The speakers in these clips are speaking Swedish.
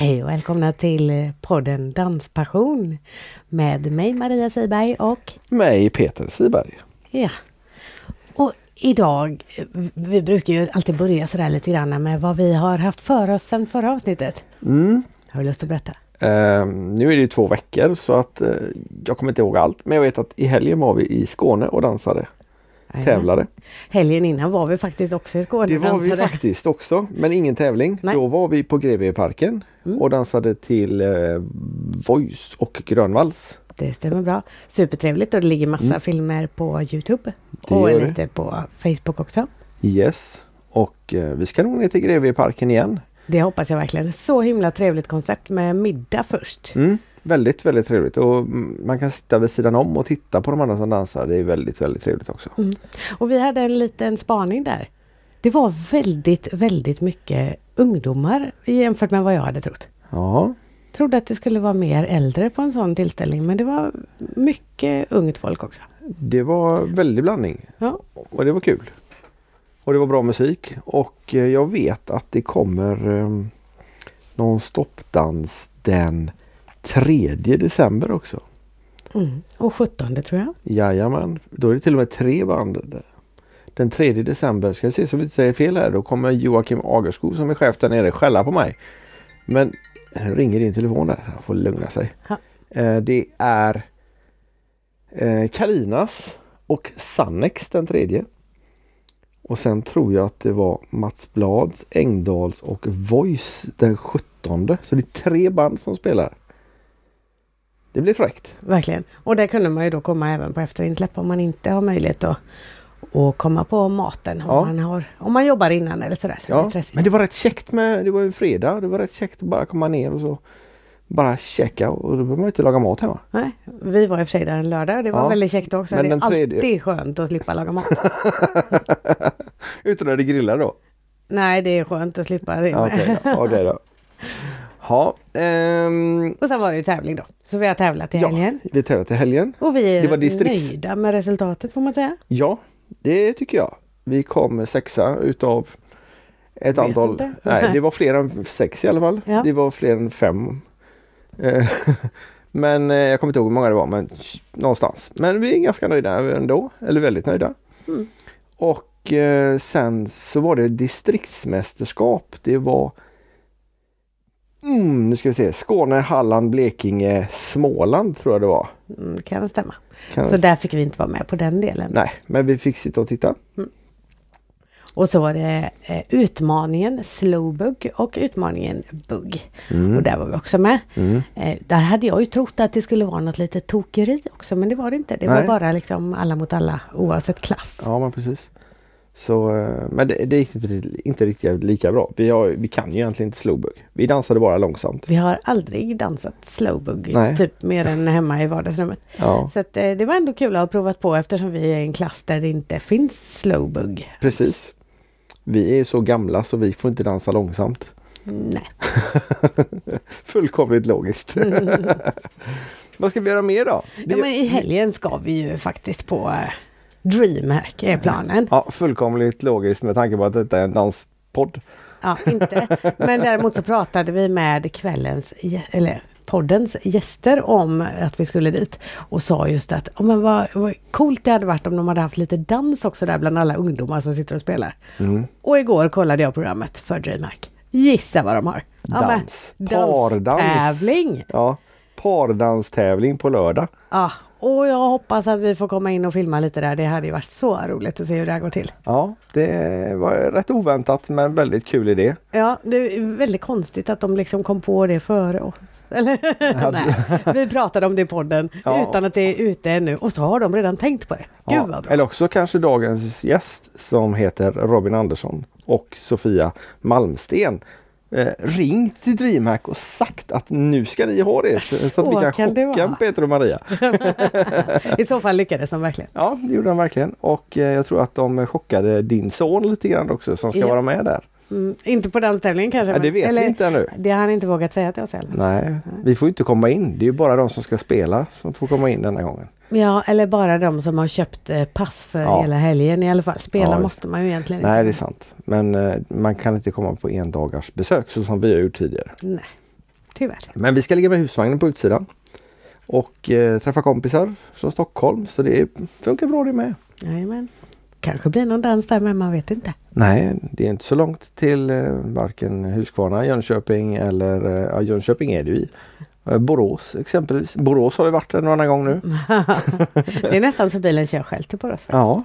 Hej och välkomna till podden Danspassion med mig Maria Siberg och mig Peter Siberg. Ja. Och idag, vi brukar ju alltid börja sådär lite grann med vad vi har haft för oss sedan förra avsnittet. Har du lust att berätta? Nu är det ju 2 veckor så att jag kommer inte ihåg allt. Men jag vet att i helgen var vi i Skåne och dansade. Tävlade. Helgen innan var vi faktiskt också i Skåne. Det var vi faktiskt också, men ingen tävling. Nej. Då var vi på Grevieparken och dansade till Voice och Grönvalls. Det stämmer bra. Supertrevligt och det ligger massa filmer på YouTube. Och lite på Facebook också. Yes, och vi ska nog ner till Grevieparken igen. Det hoppas jag verkligen. Så himla trevligt koncept med middag först. Väldigt, väldigt trevligt. Och man kan sitta vid sidan om och titta på de andra som dansar. Det är väldigt, väldigt trevligt också. Och vi hade en liten spaning där. Det var väldigt, väldigt mycket ungdomar jämfört med vad jag hade trott. Ja. Trodde att det skulle vara mer äldre på en sån tillställning. Men det var mycket ungt folk också. Det var väldigt blandning. Ja. Och det var kul. Och det var bra musik. Och jag vet att det kommer någon stoppdans den 3 december också. Och 17 tror jag. Jajamän. Då är det till och med 3 band. Den 3 december, ska jag se så vi inte säger fel här, då kommer Joakim Agerskog som är chef där nere skälla på mig. Men ringer din telefon där, han får lugna sig. Det är Kalinas och Sannex den 3. Och sen tror jag att det var Mats Blads, Engdals och Voice den 17. Så det är 3 band som spelar. Det blir fräckt. Verkligen. Och där kunde man ju då komma även på efterinsläpp om man inte har möjlighet att komma på maten. Om man jobbar innan eller sådär. Så ja, men det var rätt käckt det var en fredag. Det var rätt käckt att bara komma ner och så bara checka. Och då behöver man inte laga mat hemma. Nej, vi var i och för sig där en lördag. Det var väldigt käckt också. Men det är alltid skönt att slippa laga mat. Utan att det grillar då? Nej, det är skönt att slippa det. Okej, det då. Ja, och sen var det ju tävling då. Så vi har tävlat i helgen. Ja, vi tävlat i helgen. Och vi är nöjda med resultatet får man säga. Ja, det tycker jag. Vi kom 6:a utav ett antal. Inte. Nej, det var fler än 6 i alla fall. Ja. Det var fler än 5. Men jag kommer inte ihåg hur många det var. Men någonstans. Men vi är ganska nöjda ändå. Eller väldigt nöjda. Och sen så var det distriktsmästerskap. Det var nu ska vi se. Skåne, Halland, Blekinge, Småland tror jag det var. Kan det stämma. Så där fick vi inte vara med på den delen. Nej, men vi fick sitta och titta. Och så var det utmaningen Slowbug och utmaningen Bugg. Och där var vi också med. Där hade jag ju trott att det skulle vara något lite tokeri också. Men det var det inte. Det var bara liksom alla mot alla oavsett klass. Ja, men precis. Så, men det gick inte riktigt lika bra. Vi kan ju egentligen inte slowbug. Vi dansade bara långsamt. Vi har aldrig dansat slowbug. Typ mer än hemma i vardagsrummet. Ja. Så att, det var ändå kul att ha provat på eftersom vi är en klass där det inte finns slowbug. Precis. Vi är så gamla så vi får inte dansa långsamt. Nej. Fullkomligt logiskt. Vad ska vi göra mer då? Ja, men i helgen ska vi ju faktiskt på DreamHack är planen. Ja, fullkomligt logiskt med tanke på att detta är en danspodd. Ja, inte. Men däremot så pratade vi med poddens gäster om att vi skulle dit. Och sa just att vad coolt det hade varit om de hade haft lite dans också där bland alla ungdomar som sitter och spelar. Och igår kollade jag programmet för DreamHack. Gissa vad de har. Pardanstävling. Ja, pardanstävling på lördag. Ja. Och jag hoppas att vi får komma in och filma lite där. Det hade ju varit så roligt att se hur det här går till. Ja, det var rätt oväntat men väldigt kul idé. Ja, det är väldigt konstigt att de liksom kom på det före oss. Eller? Nej, vi pratade om det i podden utan att det är ute ännu. Och så har de redan tänkt på det. Gud vad bra. Eller också kanske dagens gäst som heter Robin Andersson och Sofia Malmsten ringt till DreamHack och sagt att nu ska ni ha det så att vi kan chocka Peter och Maria. I så fall lyckades de verkligen. Ja, det gjorde de verkligen. Och jag tror att de chockade din son lite grann också som ska vara med där. Inte på den tävlingen kanske. Ja, det vet vi inte ännu. Det har han inte vågat säga till oss heller. Nej, vi får inte komma in. Det är ju bara de som ska spela som får komma in denna gången. Ja, eller bara de som har köpt pass för hela helgen i alla fall. Spela måste man ju egentligen inte. Nej, det är sant. Men man kan inte komma på 1 dagars besök så som vi har gjort tidigare. Nej. tyvärr. Men vi ska ligga med husvagnen på utsidan. Och träffa kompisar från Stockholm. Så det funkar bra det med. Jajamän. Kanske blir någon dans där, men man vet inte. Nej, det är inte så långt till varken Huskvarna, Jönköping eller Jönköping är det ju i. Borås exempelvis. Borås har vi varit en annan gång nu. Det är nästan så bilen kör själv till Borås. Ja.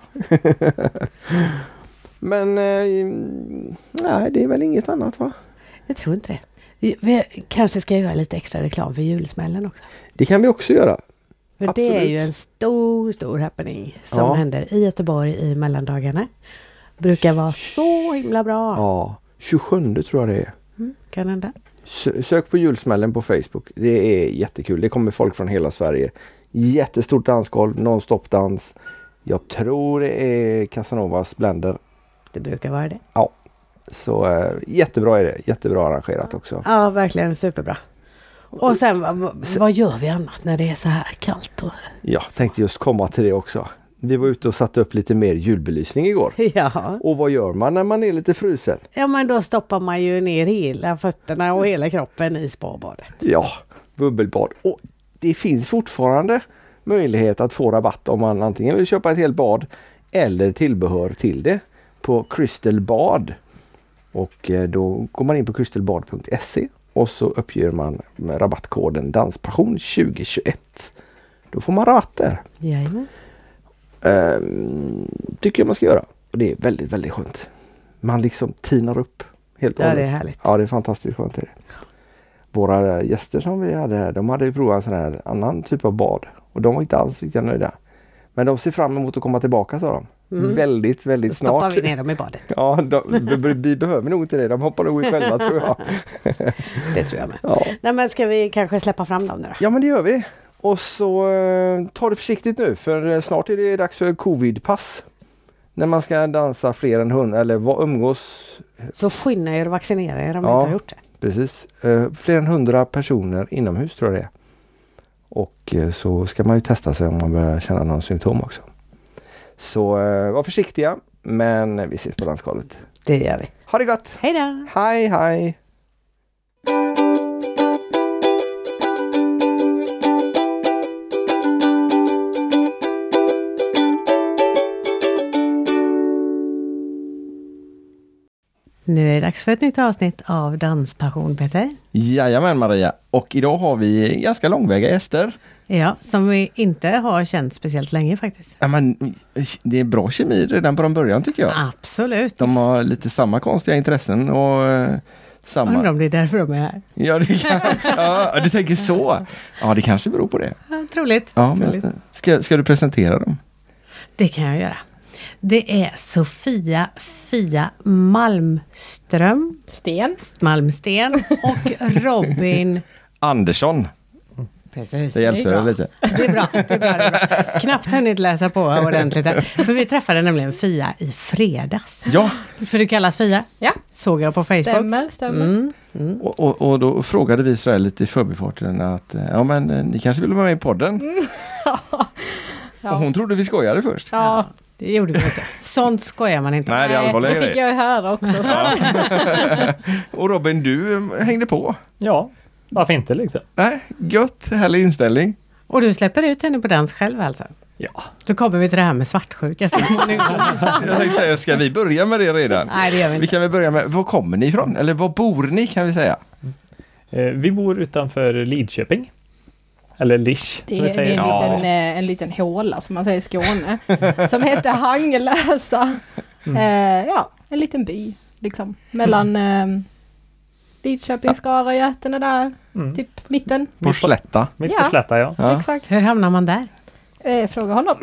Men nej, det är väl inget annat va? Jag tror inte det. Vi kanske ska göra lite extra reklam för julsmällen också. Det kan vi också göra. För Absolut. det är ju en stor happening som händer i Göteborg i mellandagarna. Brukar vara så himla bra. Ja, 27 tror jag det är. Kan hända. Sök på julsmällen på Facebook. Det är jättekul. Det kommer folk från hela Sverige. Jättestort dansgolv, non-stop-dans. Jag tror det är Casanovas Blender. Det brukar vara det. Ja, så jättebra är det. Jättebra arrangerat också. Ja, verkligen superbra. Och sen, vad gör vi annat när det är så här kallt? Jag tänkte just komma till det också. Vi var ute och satte upp lite mer julbelysning igår. Ja. Och vad gör man när man är lite frusen? Ja, men då stoppar man ju ner hela fötterna och hela kroppen i spabadet. Ja, bubbelbad. Och det finns fortfarande möjlighet att få rabatt om man antingen vill köpa ett helt bad eller tillbehör till det på Crystal Bad. Och då går man in på crystalbad.se och så uppger man med rabattkoden danspassion 2021. Då får man rabatt där. Jajamän. Tycker jag man ska göra. Och det är väldigt, väldigt skönt. Man liksom tinar upp helt och Ja, hållet. det är härligt. Ja, det är fantastiskt skönt. Våra gäster som vi hade här, de hade ju provat en sån här annan typ av bad. Och de var inte alls riktigt nöjda. Men de ser fram emot att komma tillbaka, sa de. Väldigt, väldigt Då snart. stoppar vi ner dem i badet. Ja, vi behöver nog inte det. De hoppar nog i själva, tror jag. Det tror jag med. Ja. Nej, men ska vi kanske släppa fram dem nu då? Ja, men det gör vi. Och så ta det försiktigt nu, för snart är det dags för covid-pass. När man ska dansa fler än 100 eller umgås. Så skynda er och vaccinera er om ni inte har gjort det. Precis. Fler än 100 personer inomhus tror jag det är. Och så ska man ju testa sig om man börjar känna någon symptom också. Så var försiktiga, men vi ses på dansgolvet. Det gör vi. Ha det gott! Hej då! Hej, hej! Nu är det dags för ett nytt avsnitt av Danspassion, Peter. Jajamän Maria, och idag har vi ganska långväga gäster. Ja, som vi inte har känt speciellt länge faktiskt. Ja, men det är bra kemi redan från början tycker jag. Absolut. De har lite samma konstiga intressen och samma... Undrar om det är därför de är här. Ja, det kan... ja, du tänker så. Ja, det kanske beror på det. Ja, troligt. Ja, troligt. Men, ska du presentera dem? Det kan jag göra. Det är Sofia Fia Malmström. Malmsten och Robin Andersson. Precis. Det hjälper det lite. Det är bra, det är bra. Knappt hunnit läsa på ordentligt här. För vi träffade nämligen Fia i fredags. Ja. För du kallas Fia? Ja. Såg jag på Facebook. Stämmer. Och då frågade vi så här lite i förbifarten att ja, men ni kanske vill vara med i podden. Ja. Och hon trodde vi skojade först. Ja. Det gjorde vi inte. Sånt skojar man inte. Nej, det är allvarliga det fick grejer. jag ju höra också. Och Robin, du hängde på. Ja, varför inte liksom? Nej, gött, härlig inställning. Och du släpper ut henne på dans själv alltså? Ja. Då kommer vi till det här med svartsjuka så småningom. Jag tänkte säga, ska vi börja med det redan? Nej, det gör vi Vi inte. kan väl börja med, var kommer ni ifrån? Eller var bor ni kan vi säga? Vi bor utanför Lidköping. Eller Lisch. Det är en liten håla som man säger i Skåne. Som heter Hanglösa. Ja, en liten by liksom. Mellan Lidköping, Skara, Götene där. Typ mitten. På Slätta. Mitt på Slätta, ja. Ja. Exakt. Hur hamnar man där? Fråga honom.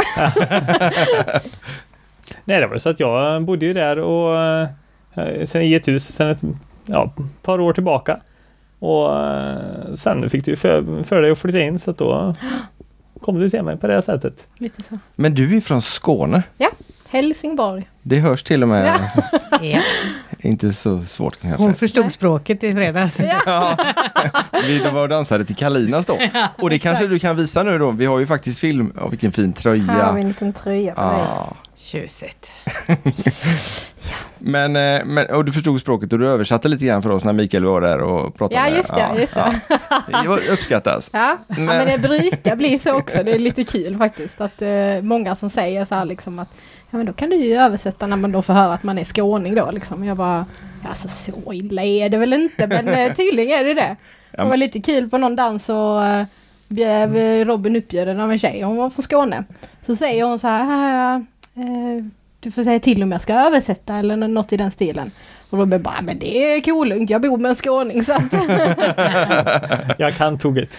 Nej, det var så att jag bodde ju där och sen i ett hus sen ett par år tillbaka. Och sen fick du för dig att flytta in så att då kom du till mig på det här sättet. Lite så. Men du är från Skåne. Ja, Helsingborg. Det hörs till och med. Ja. Inte så svårt kanske. Hon förstod språket i fredags. Ja. Vi var och dansade till Kalinas då. Och det kanske du kan visa nu då. Vi har ju faktiskt film. Vilken fin tröja. Här har vi en liten tröja på dig. Ah. Tjusigt. Men och du förstod språket och du översatte lite grann för oss när Mikael var där och pratade. Ja, just det. Just det. Det uppskattas. Ja, men det brukar bli så också. Det är lite kul faktiskt. Att många som säger så här liksom att ja, men då kan du ju översätta när man då får höra att man är skåning då liksom. Jag bara, alltså så illa är det väl inte, men tydligen är det det. Det var lite kul på någon dans och blev Robin uppbjuden av en tjej. Hon var från Skåne. Så säger hon så här, du får säga till om jag ska översätta eller något i den stilen. Och Robin bara, men det är kolugnt, jag bor med en skåning så att... Jag kan tugget.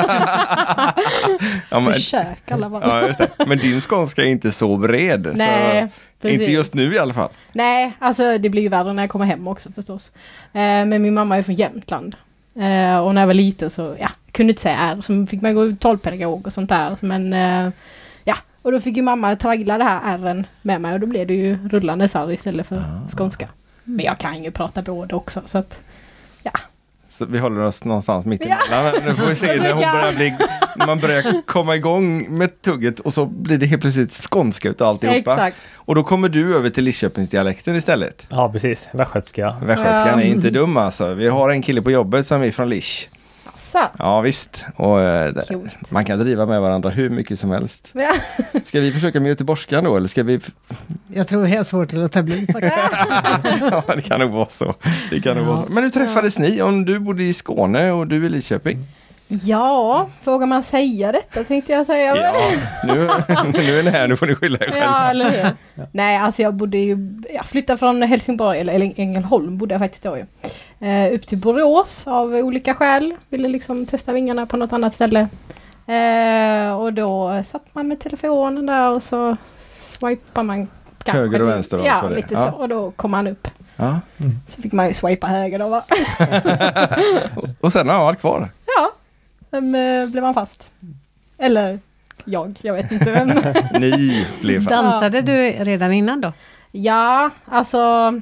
Försök alla bara. Ja, just det. Men din skånska är inte så bred. Nej, så inte just nu i alla fall. Nej, alltså det blir ju värre när jag kommer hem också förstås. Men min mamma är från Jämtland. Och när jag var liten så, kunde inte säga R. Så fick man gå talpedagog och sånt där. Men och då fick ju mamma traggla det här R:en med mig. Och då blev det ju rullande R istället för skånska. Men jag kan ju prata både också, så att, Så vi håller oss någonstans mitt emellan. Nu får vi se när man börjar komma igång med tugget och så blir det helt plötsligt skånska utav alltihopa. Exakt. Och då kommer du över till Lidköpingsdialekten istället. Ja, precis. Västgötska. Västgötskan är inte dum alltså. Vi har en kille på jobbet som är från Lisch. Ja visst, och man kan driva med varandra hur mycket som helst. Ja. Ska vi försöka med göteborgskan då, eller ska vi... Jag tror det är svårt att låta bli faktiskt. Ja, det kan nog vara så. Men hur träffades ni om du bodde i Skåne och du i Lidköping? Ja, vågar man säga detta tänkte jag säga. Ja, nu är ni här, nu får ni skylla er själva. Ja, eller hur? Nej, alltså jag flyttade från Helsingborg, eller Ängelholm bodde jag faktiskt då ju. Upp till Borås av olika skäl. Ville liksom testa vingarna på något annat ställe. Och då satt man med telefonen där och så swipar man kanske höger och vänster. Och ja, lite så. Och då kom man upp. Ja. Så fick man ju swipa höger då va? Och sen har han varit kvar. Ja, vem blev man fast? Eller jag vet inte vem. Ni blev fast. Dansade du redan innan då? Ja, alltså...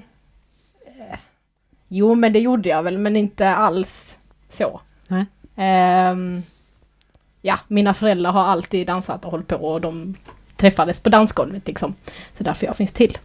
Jo, men det gjorde jag väl, men inte alls så. Nej. Mina föräldrar har alltid dansat och hållit på och de träffades på dansgolvet liksom. Så därför jag finns till.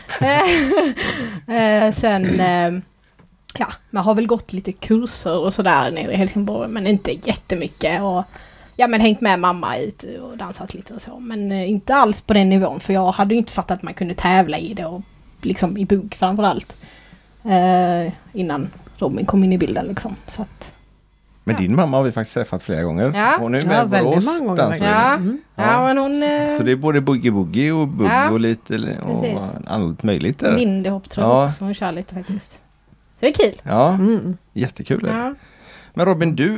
Man har väl gått lite kurser och sådär nere i Helsingborg, men inte jättemycket. Och men hängt med mamma ut och dansat lite och så. Men inte alls på den nivån, för jag hade ju inte fattat att man kunde tävla i det och liksom i bugg framförallt. Innan Robin kom in i bilden liksom. Så att, men din mamma har vi faktiskt träffat flera gånger. Ja. Hon är med väldigt många gånger. Men hon... Så det är både boogie-boogie och bugg och lite och allt möjligt där. Lindyhopp tror jag också hon kör lite faktiskt. Så det är kul. Ja, jättekul. Ja. Men Robin, du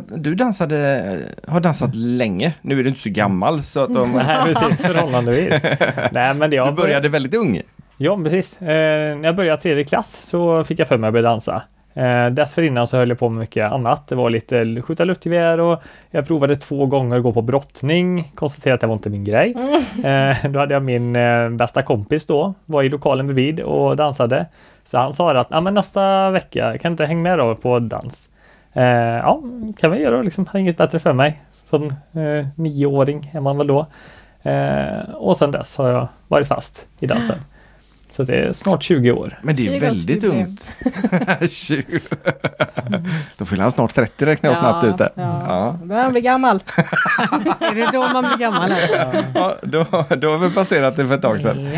har dansat länge. Nu är du inte så gammal så att Nej, precis, förhållandevis. Nej, men du började väldigt ung. Ja, precis. När jag började 3:e klass så fick jag för mig att börja dansa. Dessförinnan så höll jag på med mycket annat. Det var lite skjuta luftgevär och jag provade 2 gånger att gå på brottning. Konstaterade att det var inte min grej. Då hade jag min bästa kompis då, var i lokalen bredvid och dansade. Så han sa att men nästa vecka kan du inte hänga med då på dans. Kan vi göra liksom, har inget bättre för mig. Som 9-åring är man väl då. Och sen dess har jag varit fast i dansen. Så det är snart 20 år. Men det är väldigt ungt. 20. Då fyller han snart 30, räknar jag snabbt ut där. Då börjar han bli gammal. Är det då man blir gammal? Ja, då har vi passerat det för ett tag sedan.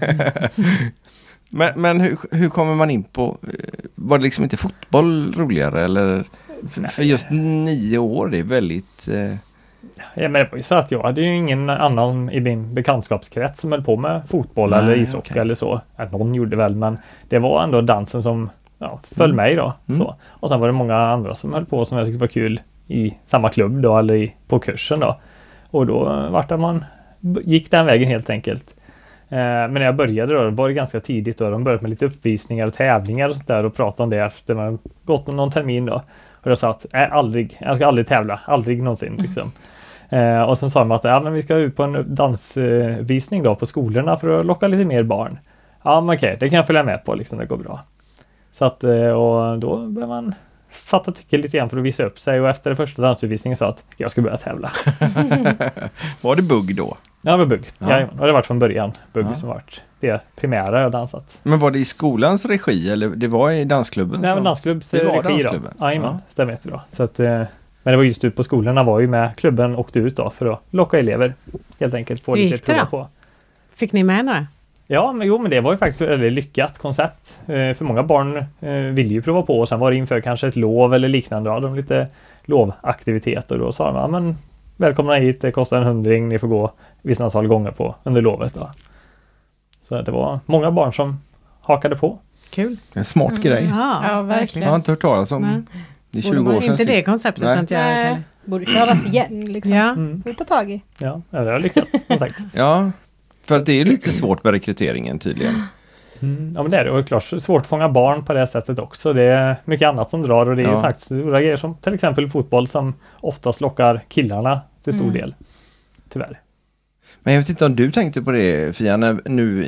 Men hur kommer man in på, var det liksom inte fotboll roligare eller för just 9 år, det är väldigt... Ja, men det var ju så att jag hade ju ingen annan i min bekantskapskrets som höll på med fotboll eller ishockey eller så. Att någon gjorde väl, men det var ändå dansen som föll mig då. Så. Och sen var det många andra som höll på som jag tyckte var kul i samma klubb då eller på kursen då. Och då gick den vägen helt enkelt. Men när jag började då var det ganska tidigt då. De började med lite uppvisningar och tävlingar och sånt där och pratade om det efter man gått någon termin då. Och jag sa att jag ska aldrig tävla, aldrig någonsin liksom. Och sen sa de att men vi ska ut på en dansvisning då på skolorna för att locka lite mer barn. Ja, men okej, det kan jag följa med på liksom, det går bra. Så att, och då började man fatta tycke lite grann för att visa upp sig och efter den första dansutvisningen sa att jag ska börja tävla. Var det bugg då? Ja, det var bugg. Ja. Ja. Och det har varit från början. Bugg Ja. som varit det primära jag dansat. Men var det i skolans regi eller det var i dansklubben? Nej, men dansklubbs Det var regi då. dansklubben. Jajamän, Ja. stämmer jättebra. Så att, men det var just ut på skolorna var ju med klubben åkte ut då för att locka elever. Helt enkelt få Hur lite gick det prova då? på. Fick ni med några? Ja, men det var ju faktiskt ett väldigt lyckat koncept. För många barn ville ju prova på och sen var det inför kanske ett lov eller liknande. Då hade de lite lovaktivitet och då sa de, ja men välkomna hit, det kostar 100, ni får gå vissa antal gånger på under lovet då. Så att det var många barn som hakade på. Kul. En smart grej. Ja, verkligen. Jag har inte hört talas om Nej. det är 20 år sedan Inte det sist. konceptet Nej. så att jag Nej, borde köras igen liksom. Ja. Mm. Får ta tag i. Ja, det har lyckats som sagt. Ja, för att det är lite svårt med rekryteringen tydligen. Ja men det är det och det är klart svårt att fånga barn på det här sättet också. Det är mycket annat som drar och det är Ja. sagt stora grejer som till exempel fotboll som oftast lockar killarna till stor del. Tyvärr. Men jag vet inte om du tänkte på det Fia, nu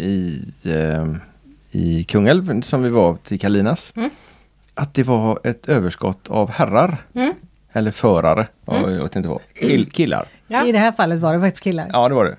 i Kungälv som vi var till Kalinas. Att det var ett överskott av herrar. Eller förare. Jag vet inte vad. Killar. Ja. I det här fallet var det faktiskt killar. Ja, det var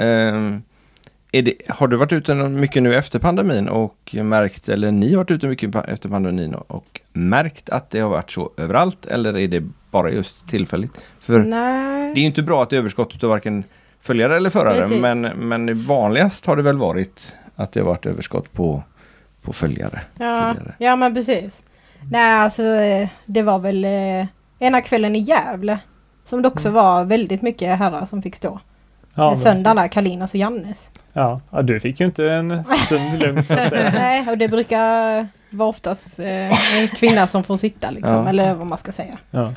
det. Har du varit ute mycket nu efter pandemin och märkt, eller ni har varit ute mycket efter pandemin och märkt att det har varit så överallt, eller är det bara just tillfälligt? För Nej. det är ju inte bra att det är överskott av varken följare eller förare, Precis. men vanligast har det väl varit att det har varit överskott på följare. Ja, tidigare. ja men precis. Nej alltså det var väl ena kvällen i Gävle som det också var väldigt mycket herrar som fick stå. Ja, Söndagen där, Kalinas och Jannes. ja, du fick ju inte en stund lugnt. Så att, Nej, och det brukar vara oftast en kvinna som får sitta liksom, Ja. eller vad man ska säga. ja.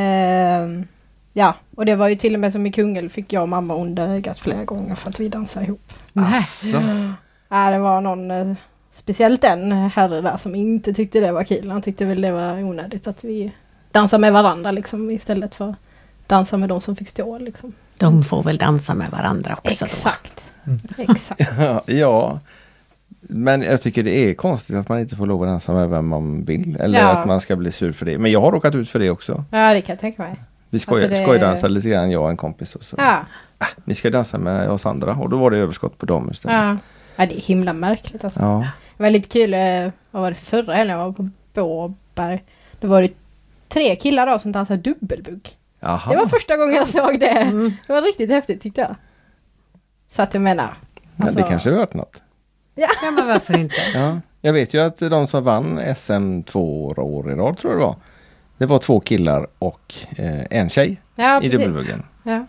Ja, och det var ju till och med som i Kungälv fick jag och mamma under ögat flera gånger för att vi dansade ihop. Asså. Ja, det var någon, speciellt en herre där som inte tyckte det var kul. Han tyckte väl det var onödigt att vi dansar med varandra liksom istället för att dansa med de som fick stå liksom. De får väl dansa med varandra också. Exakt. Exakt. Ja, men jag tycker det är konstigt att man inte får lov att dansa med vem man vill. Eller Ja. att man ska bli sur för det. Men jag har råkat ut för det också. Ja, det kan jag tänka mig. Vi Alltså det- skojdansade lite grann, jag och en kompis. Och så. Ja, Ni ska dansa med oss andra. Och då var det överskott på dem istället. ja. Ja, det är himla märkligt alltså. Ja. Det var lite kul, vad var det förra helgen? Jag var på Båberg. Det var det 3 killar då som dansade dubbelbugg. Jaha. Det var första gången jag såg det. Det var riktigt häftigt tyckte jag. Så att jag menar. Ja, det kanske har varit något. Ja, men varför inte? Ja. Jag vet ju att de som vann SM 2 år i rad tror jag det var. Det var 2 killar och en tjej Ja, i precis. dubbelbuggen. Ja.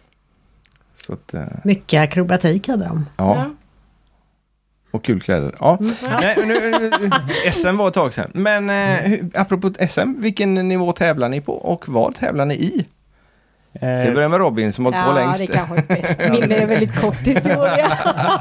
Så att, Mycket akrobatik hade de. ja. Ja. Och kul kläder. Ja. Nej, SM var ett tag sedan. Men apropå SM, vilken nivå tävlar ni på och vad tävlar ni i? Vi börjar med Robin som hållit på Ja, längst. det kanske är bäst. Min är väldigt kort historia.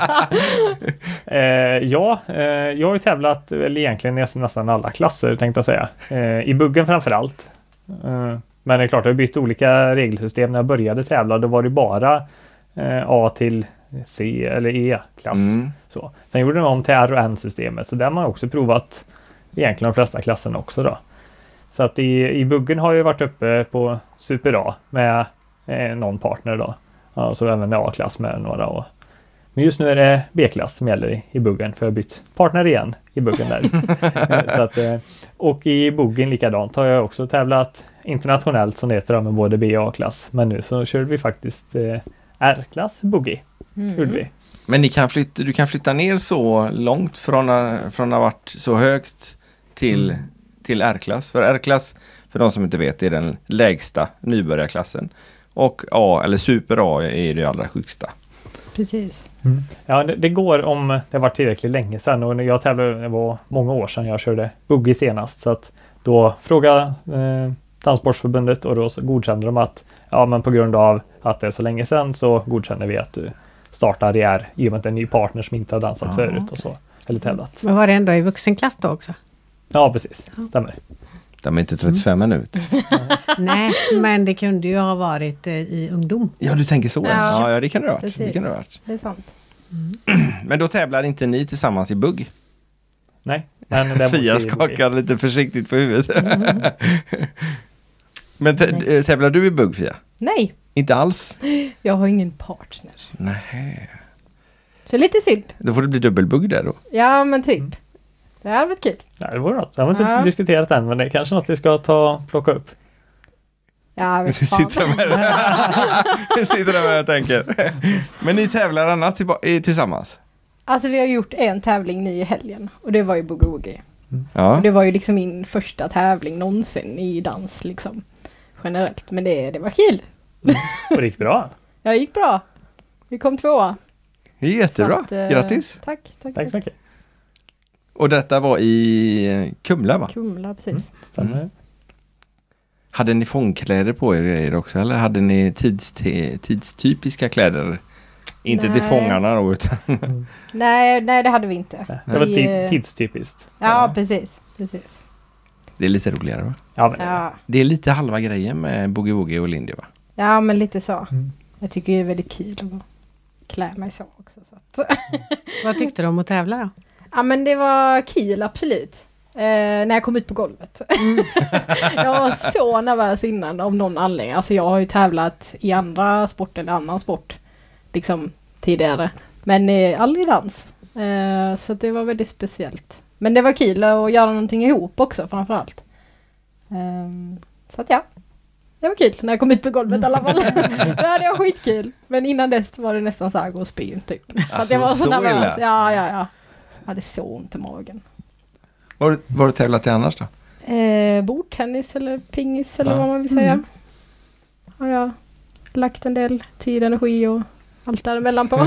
Jag har ju tävlat väl egentligen nästan alla klasser tänkte jag säga. I buggen framförallt. Men det är klart, jag har bytt olika regelsystem. När jag började tävla då var det bara A till C eller E-klass. Så. Sen gjorde de om till R och N-systemet. Så där har man också provat egentligen de flesta klasserna också då. Så att i buggen har jag varit uppe på Super A med någon partner då. Ja, så även A-klass med några. Men just nu är det B-klass som gäller i buggen. För jag har bytt partner igen i buggen där. Så att, och i buggen likadant har jag också tävlat internationellt som det heter med både B och A-klass. Men nu så körde vi faktiskt R-klass boogie. Gjorde vi. Men du kan flytta ner så långt från att ha varit så högt till R-klass. För R-klass, för de som inte vet, är den lägsta nybörjarklassen. Och A, eller Super A, är det allra högsta. Precis. Ja, det går om det var tillräckligt länge sedan. Och när jag tävlade, det var många år sedan jag körde boogie senast. Så att då frågade Danssportsförbundet och då godkände de att ja, men på grund av att det är så länge sedan så godkänner vi att du startar i R i och med att det är en ny partner som inte har dansat förut och så. Eller tävlat. Men var det ändå i vuxenklass då också? Ja, precis. Stämmer. De är inte 35 minuter. Nej, men det kunde ju ha varit i ungdom. Ja, du tänker så. Ja. Ja, det kan det ha varit. Precis. Det kan det ha varit. Det är sant. Men då tävlar inte ni tillsammans i bugg? Nej. Men däremot Fia i boogie. skakar lite försiktigt på huvudet. Men tävlar du i bugg, Fia? Nej, Inte alls? Jag har ingen partner. Nej. Så lite synd. Då får det bli dubbelbugg där då. Ja, men typ. Det hade varit kul. Ja, det vore något. Jag har inte Ja. diskuterat än, men det är kanske något vi ska plocka upp. Ja, jag vet Du fan. sitter där med och tänker. Men ni tävlar annat tillsammans? Alltså vi har gjort en tävling nu i helgen. Och det var ju Boogie Woogie. Ja. Och det var ju liksom min första tävling någonsin i dans liksom. Generellt. Men det var kul. Och det gick bra. Ja, det gick bra. Vi kom 2. Det är jättebra. Så att, Grattis. Tack. Tack så mycket. Och detta var i Kumla, va? Kumla, precis. Stämmer. Hade ni fångkläder på er också? Eller hade ni tidstypiska kläder? Inte till Nej. fångarna då, utan... Nej, det hade vi inte. Det var Vi, tidstypiskt. Ja, precis. Det är lite roligare, va? Ja, men, Ja. Det är lite halva grejen med Boogie Woogie och Lindy, va? Ja, men lite så. Mm. Jag tycker det är väldigt kul att klä mig så också. Så att Vad tyckte du om att tävla då? ja, men det var kul, absolut. När jag kom ut på golvet. Jag var så nervös innan av någon anledning. Alltså jag har ju tävlat i andra sport eller annan sport liksom tidigare. Men aldrig dans. Så det var väldigt speciellt. Men det var kul att göra någonting ihop också framförallt. Så att ja. Det var kul när jag kom ut på golvet i alla fall. Då hade jag skitkul. Men innan dess var det nästan så här gå och spy typ. För att jag var så nervös. Ja. Jag hade så ont i magen. Vad har du tävlat i annars då? Bordtennis eller pingis eller vad man vill säga. Har jag lagt en del tid, energi och allt däremellan på.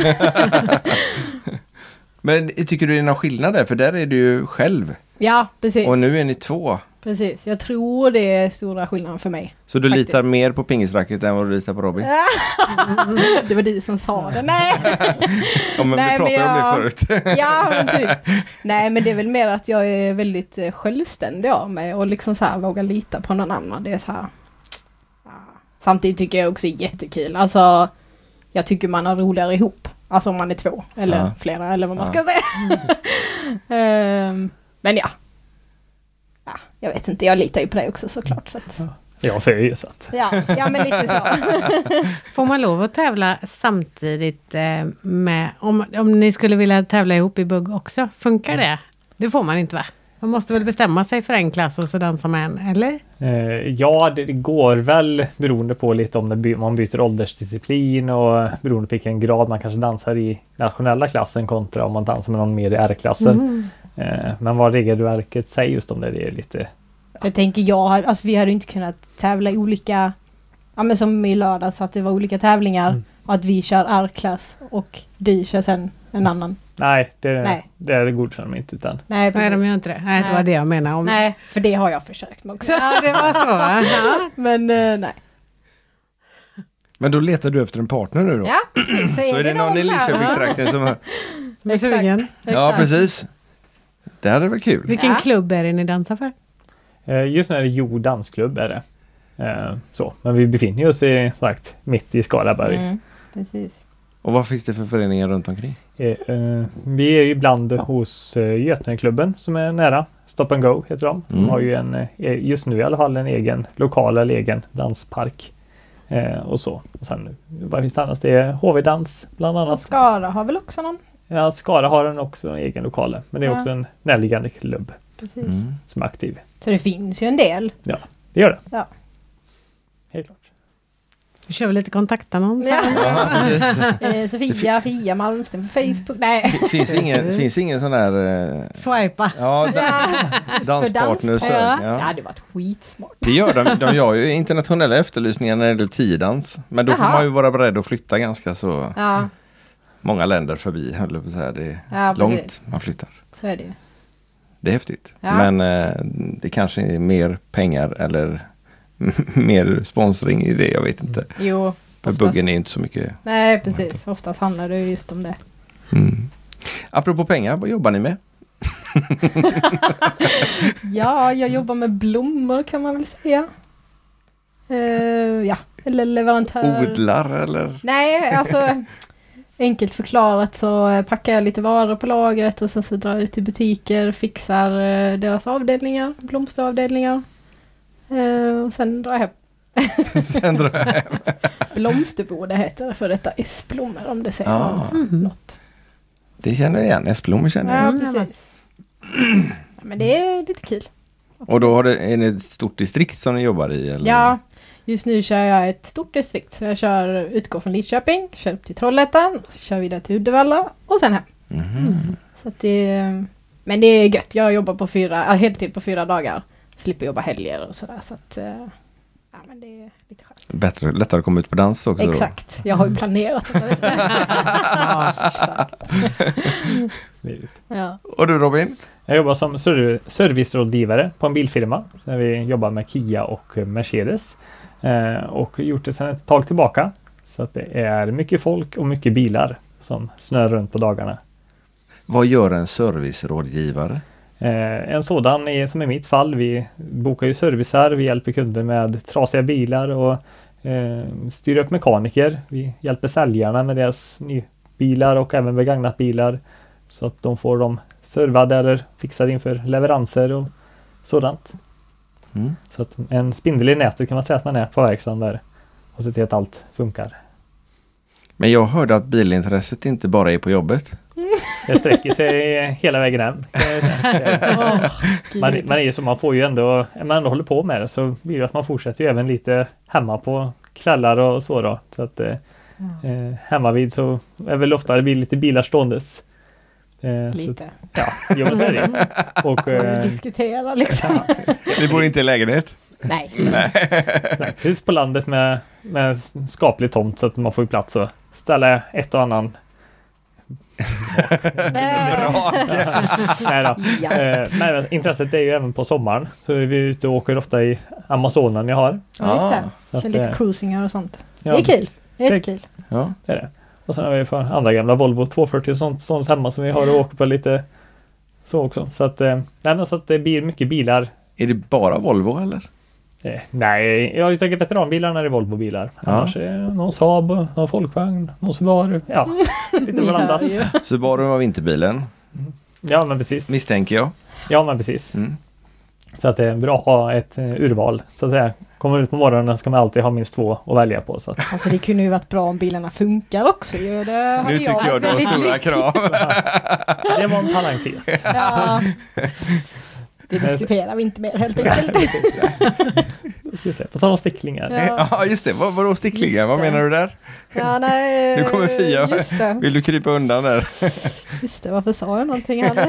Men tycker du det är någon skillnad där? För där är du ju själv. Ja, precis. Och nu är ni 2. Precis. Jag tror det är stora skillnaden för mig. Så du Faktiskt. litar mer på pingisracket än vad du litar på Robin? Det var du som sa det. Nej. Ja, men Nej, vi pratade men om det förut. Ja, men typ. Nej, men det är väl mer att jag är väldigt självständig av mig och liksom så här vågar lita på någon annan. Det är så här. Ja. Samtidigt tycker jag också är jättekul. Alltså, jag tycker man har roligare ihop. Alltså om man är 2 eller flera eller vad man ska säga. Men ja. Jag vet inte, jag litar ju på dig också såklart. Så att. Ja, för ju så att. Ja, men lite så. Får man lov att tävla samtidigt med, om ni skulle vilja tävla ihop i bugg också, funkar det? Det får man inte, va? Man måste väl bestämma sig för en klass och så dansa med en, eller? Ja, det går väl beroende på lite om man byter åldersdisciplin och beroende på vilken grad man kanske dansar i nationella klassen kontra om man dansar med någon mer i R-klassen. Men vad regelverket säger just om det är lite... Jag tänker alltså vi hade inte kunnat tävla i olika, ja men som i lördags att det var olika tävlingar och att vi kör R-klass och du kör sen en annan. Nej, det godkänner de inte utan. Nej, Nej, de gör inte det. Nej, det var det jag menade. Nej, för det har jag försökt med också. Ja, det var så, va? Ja. Men nej. Men då letar du efter en partner nu då? Ja, precis. Så är det någon i Lidköpingstrakten som... Som är sugen. Ja, precis. Det här är väl kul. Vilken klubb är det ni dansar för? Just nu är det Jo dansklubb är det. Så. Men vi befinner oss sagt mitt i Skaraberg. Precis. Och vad finns det för föreningar runt omkring? Vi är ju ibland hos Götene-klubben som är nära. Stop and Go heter de. De har ju just nu i alla fall en egen lokal eller egen danspark. Och så. Och sen, vad finns det annars? Det är HV-dans bland annat. Och Skara har väl också någon? Ja, Skara har en också en egen lokal. Men det är också en närliggande klubb Precis. som är aktiv. Så det finns ju en del. Ja, det gör det. Ja. Helt klart. Vi kör väl lite kontaktannons. Ja. Fia Malmsten på Facebook. Nej. Finns ingen sån där... Swipa. Ja, danspartner. Ja, det var skitsmart. Det gör de. De gör ju internationella efterlysningar när det gäller tiodans. Men då får man ju vara beredd att flytta ganska så många länder förbi. Höll jag på att säga. Det är långt man flyttar. Så är det ju. Det är häftigt. Ja. Men det kanske är mer pengar eller mer sponsring i det. Jag vet inte. Jo. För buggen är inte så mycket. Nej, precis. Oftast handlar det just om det. Apropå pengar, vad jobbar ni med? Ja, jag jobbar med blommor kan man väl säga. Ja, eller leverantör. Odlar eller? Nej, alltså enkelt förklarat så packar jag lite varor på lagret och så drar jag ut till butiker, fixar deras avdelningar, blomsteravdelningar. Och sen drar jag hem. Sen drar jag hem. Blomsterbord heter det för detta S-blommor om det säger något. Det känner jag igen. Esplom känner jag. Ja, precis. Ja, men det är lite kul. Och då är det ett stort distrikt som ni jobbar i? Eller? Ja, just nu kör jag ett stort distrikt. Så jag utgår från Lidköping, kör upp till Trollhättan, kör vidare till Uddevalla och sen hem. Så att men det är gött. Jag jobbar på heltid på 4 dagar. Slipper jobba helger och sådär. Så att, ja, men det är lite skönt. Lättare att komma ut på dans också. Exakt. Jag har ju planerat det. Ja. Och du Robin? Jag jobbar som servicerådgivare på en bilfirma. Där vi jobbar med Kia och Mercedes. Och gjort det sedan ett tag tillbaka. Så att det är mycket folk och mycket bilar som snör runt på dagarna. Vad gör en servicerådgivare? En sådan är som i mitt fall. Vi bokar ju servicer. Vi hjälper kunder med trasiga bilar och styr upp mekaniker. Vi hjälper säljarna med deras nybilar och även begagnat bilar. Så att de får dem servade eller fixade inför leveranser och sådant. Så att en spindel i nätet kan man säga att man är på verkstaden där. Och se till att allt funkar. Men jag hörde att bilintresset inte bara är på jobbet. Det sträcker sig hela vägen hem. Man är ju så, man får ju ändå, när man ändå håller på med det så blir det att man fortsätter ju även lite hemma på kvällar och så då. Så att hemma vid så är väl ofta det blir lite bilar ståendes. Lite. Så, ja, men så är det. Och diskutera liksom. Ni bor inte i lägenhet? Nej. Nej, hus på landet med skaplig tomt så att man får ju plats att ställa ett och annan Nej då. Men intresset är ju även på sommaren. Så är vi ute och åker ofta i Amazonen jag har. Ja, just det. Kör lite cruisingar och sånt. Det är kul. Det är jättekul. Ja. Det är det. Och sen har vi för andra gamla Volvo 240 sånt hemma som vi har och åker på lite så också. Så att, så att det blir mycket bilar. Är det bara Volvo eller? Nej, jag har ju tagit veteranbilar när det är Volvo-bilar. Annars är det någon Saab, någon Folkvagn, någon Subaru. Ja, lite blandat. Subaru var vinterbilen. Ja, men precis. Misstänker jag. Ja, men precis. Så att det är bra att ha ett urval. Så att säga, kommer ut på morgonen så ska man alltid ha minst 2 att välja på. Så att. Alltså det kunde ju varit bra om bilarna funkar också. Nu tycker jag det var stora krav. Det var en parentes. Ja. Det diskuterar vi inte mer helt enkelt. På sådana sticklingar. Ja, just det. Vadå sticklingar? Vad menar du där? Ja, nej. Nu kommer Fia. Vill du krypa undan där? Just det, varför sa jag någonting här?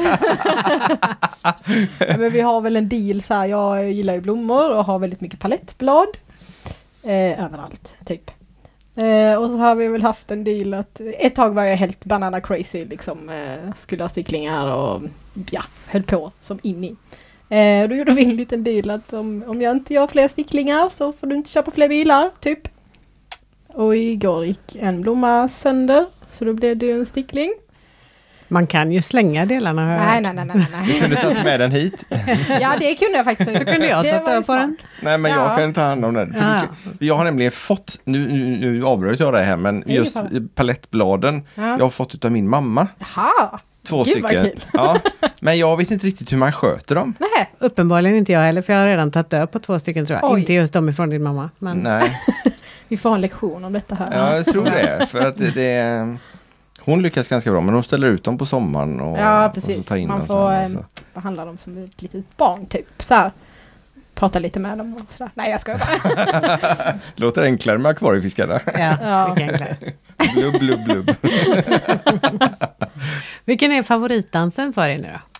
Ja, men vi har väl en deal så här. Jag gillar ju blommor och har väldigt mycket palettblad. Överallt, typ. Och så har vi väl haft en deal att ett tag var jag helt banana crazy liksom. Skulle ha sticklingar och höll på som in i. Då gjorde vi en liten deal att om jag inte gör fler sticklingar så får du inte köpa fler bilar, typ. Och igår gick en blomma sönder, så då blev det ju en stickling. Man kan ju slänga delarna. Nej. Du kunde ta med den hit. Ja, det kunde jag faktiskt. Så kunde jag ta död på den. Nej, men jag kan ta hand om den. Jag har nämligen fått, nu avbröt jag det här, men just palettbladen, jag har fått utav min mamma. Jaha. 2 stycken. Ja, men jag vet inte riktigt hur man sköter dem. Nej. Uppenbarligen inte jag heller, för jag har redan tagit död på 2 stycken tror jag. Oj. Inte just de ifrån din mamma. Men... Nej. Vi får en lektion om detta här. Ja, jag tror det. För att hon lyckas ganska bra, men hon ställer ut dem på sommaren och, precis. Och så tar in man dem får sen, behandla dem som ett litet barn, typ. Så här. Prata lite med dem och sådär. Nej, jag skojar bara. Låter enklare med akvariefiskarna. Ja, mycket enklare. Blubb, blubb, blubb. Vilken är favoritdansen för er nu då?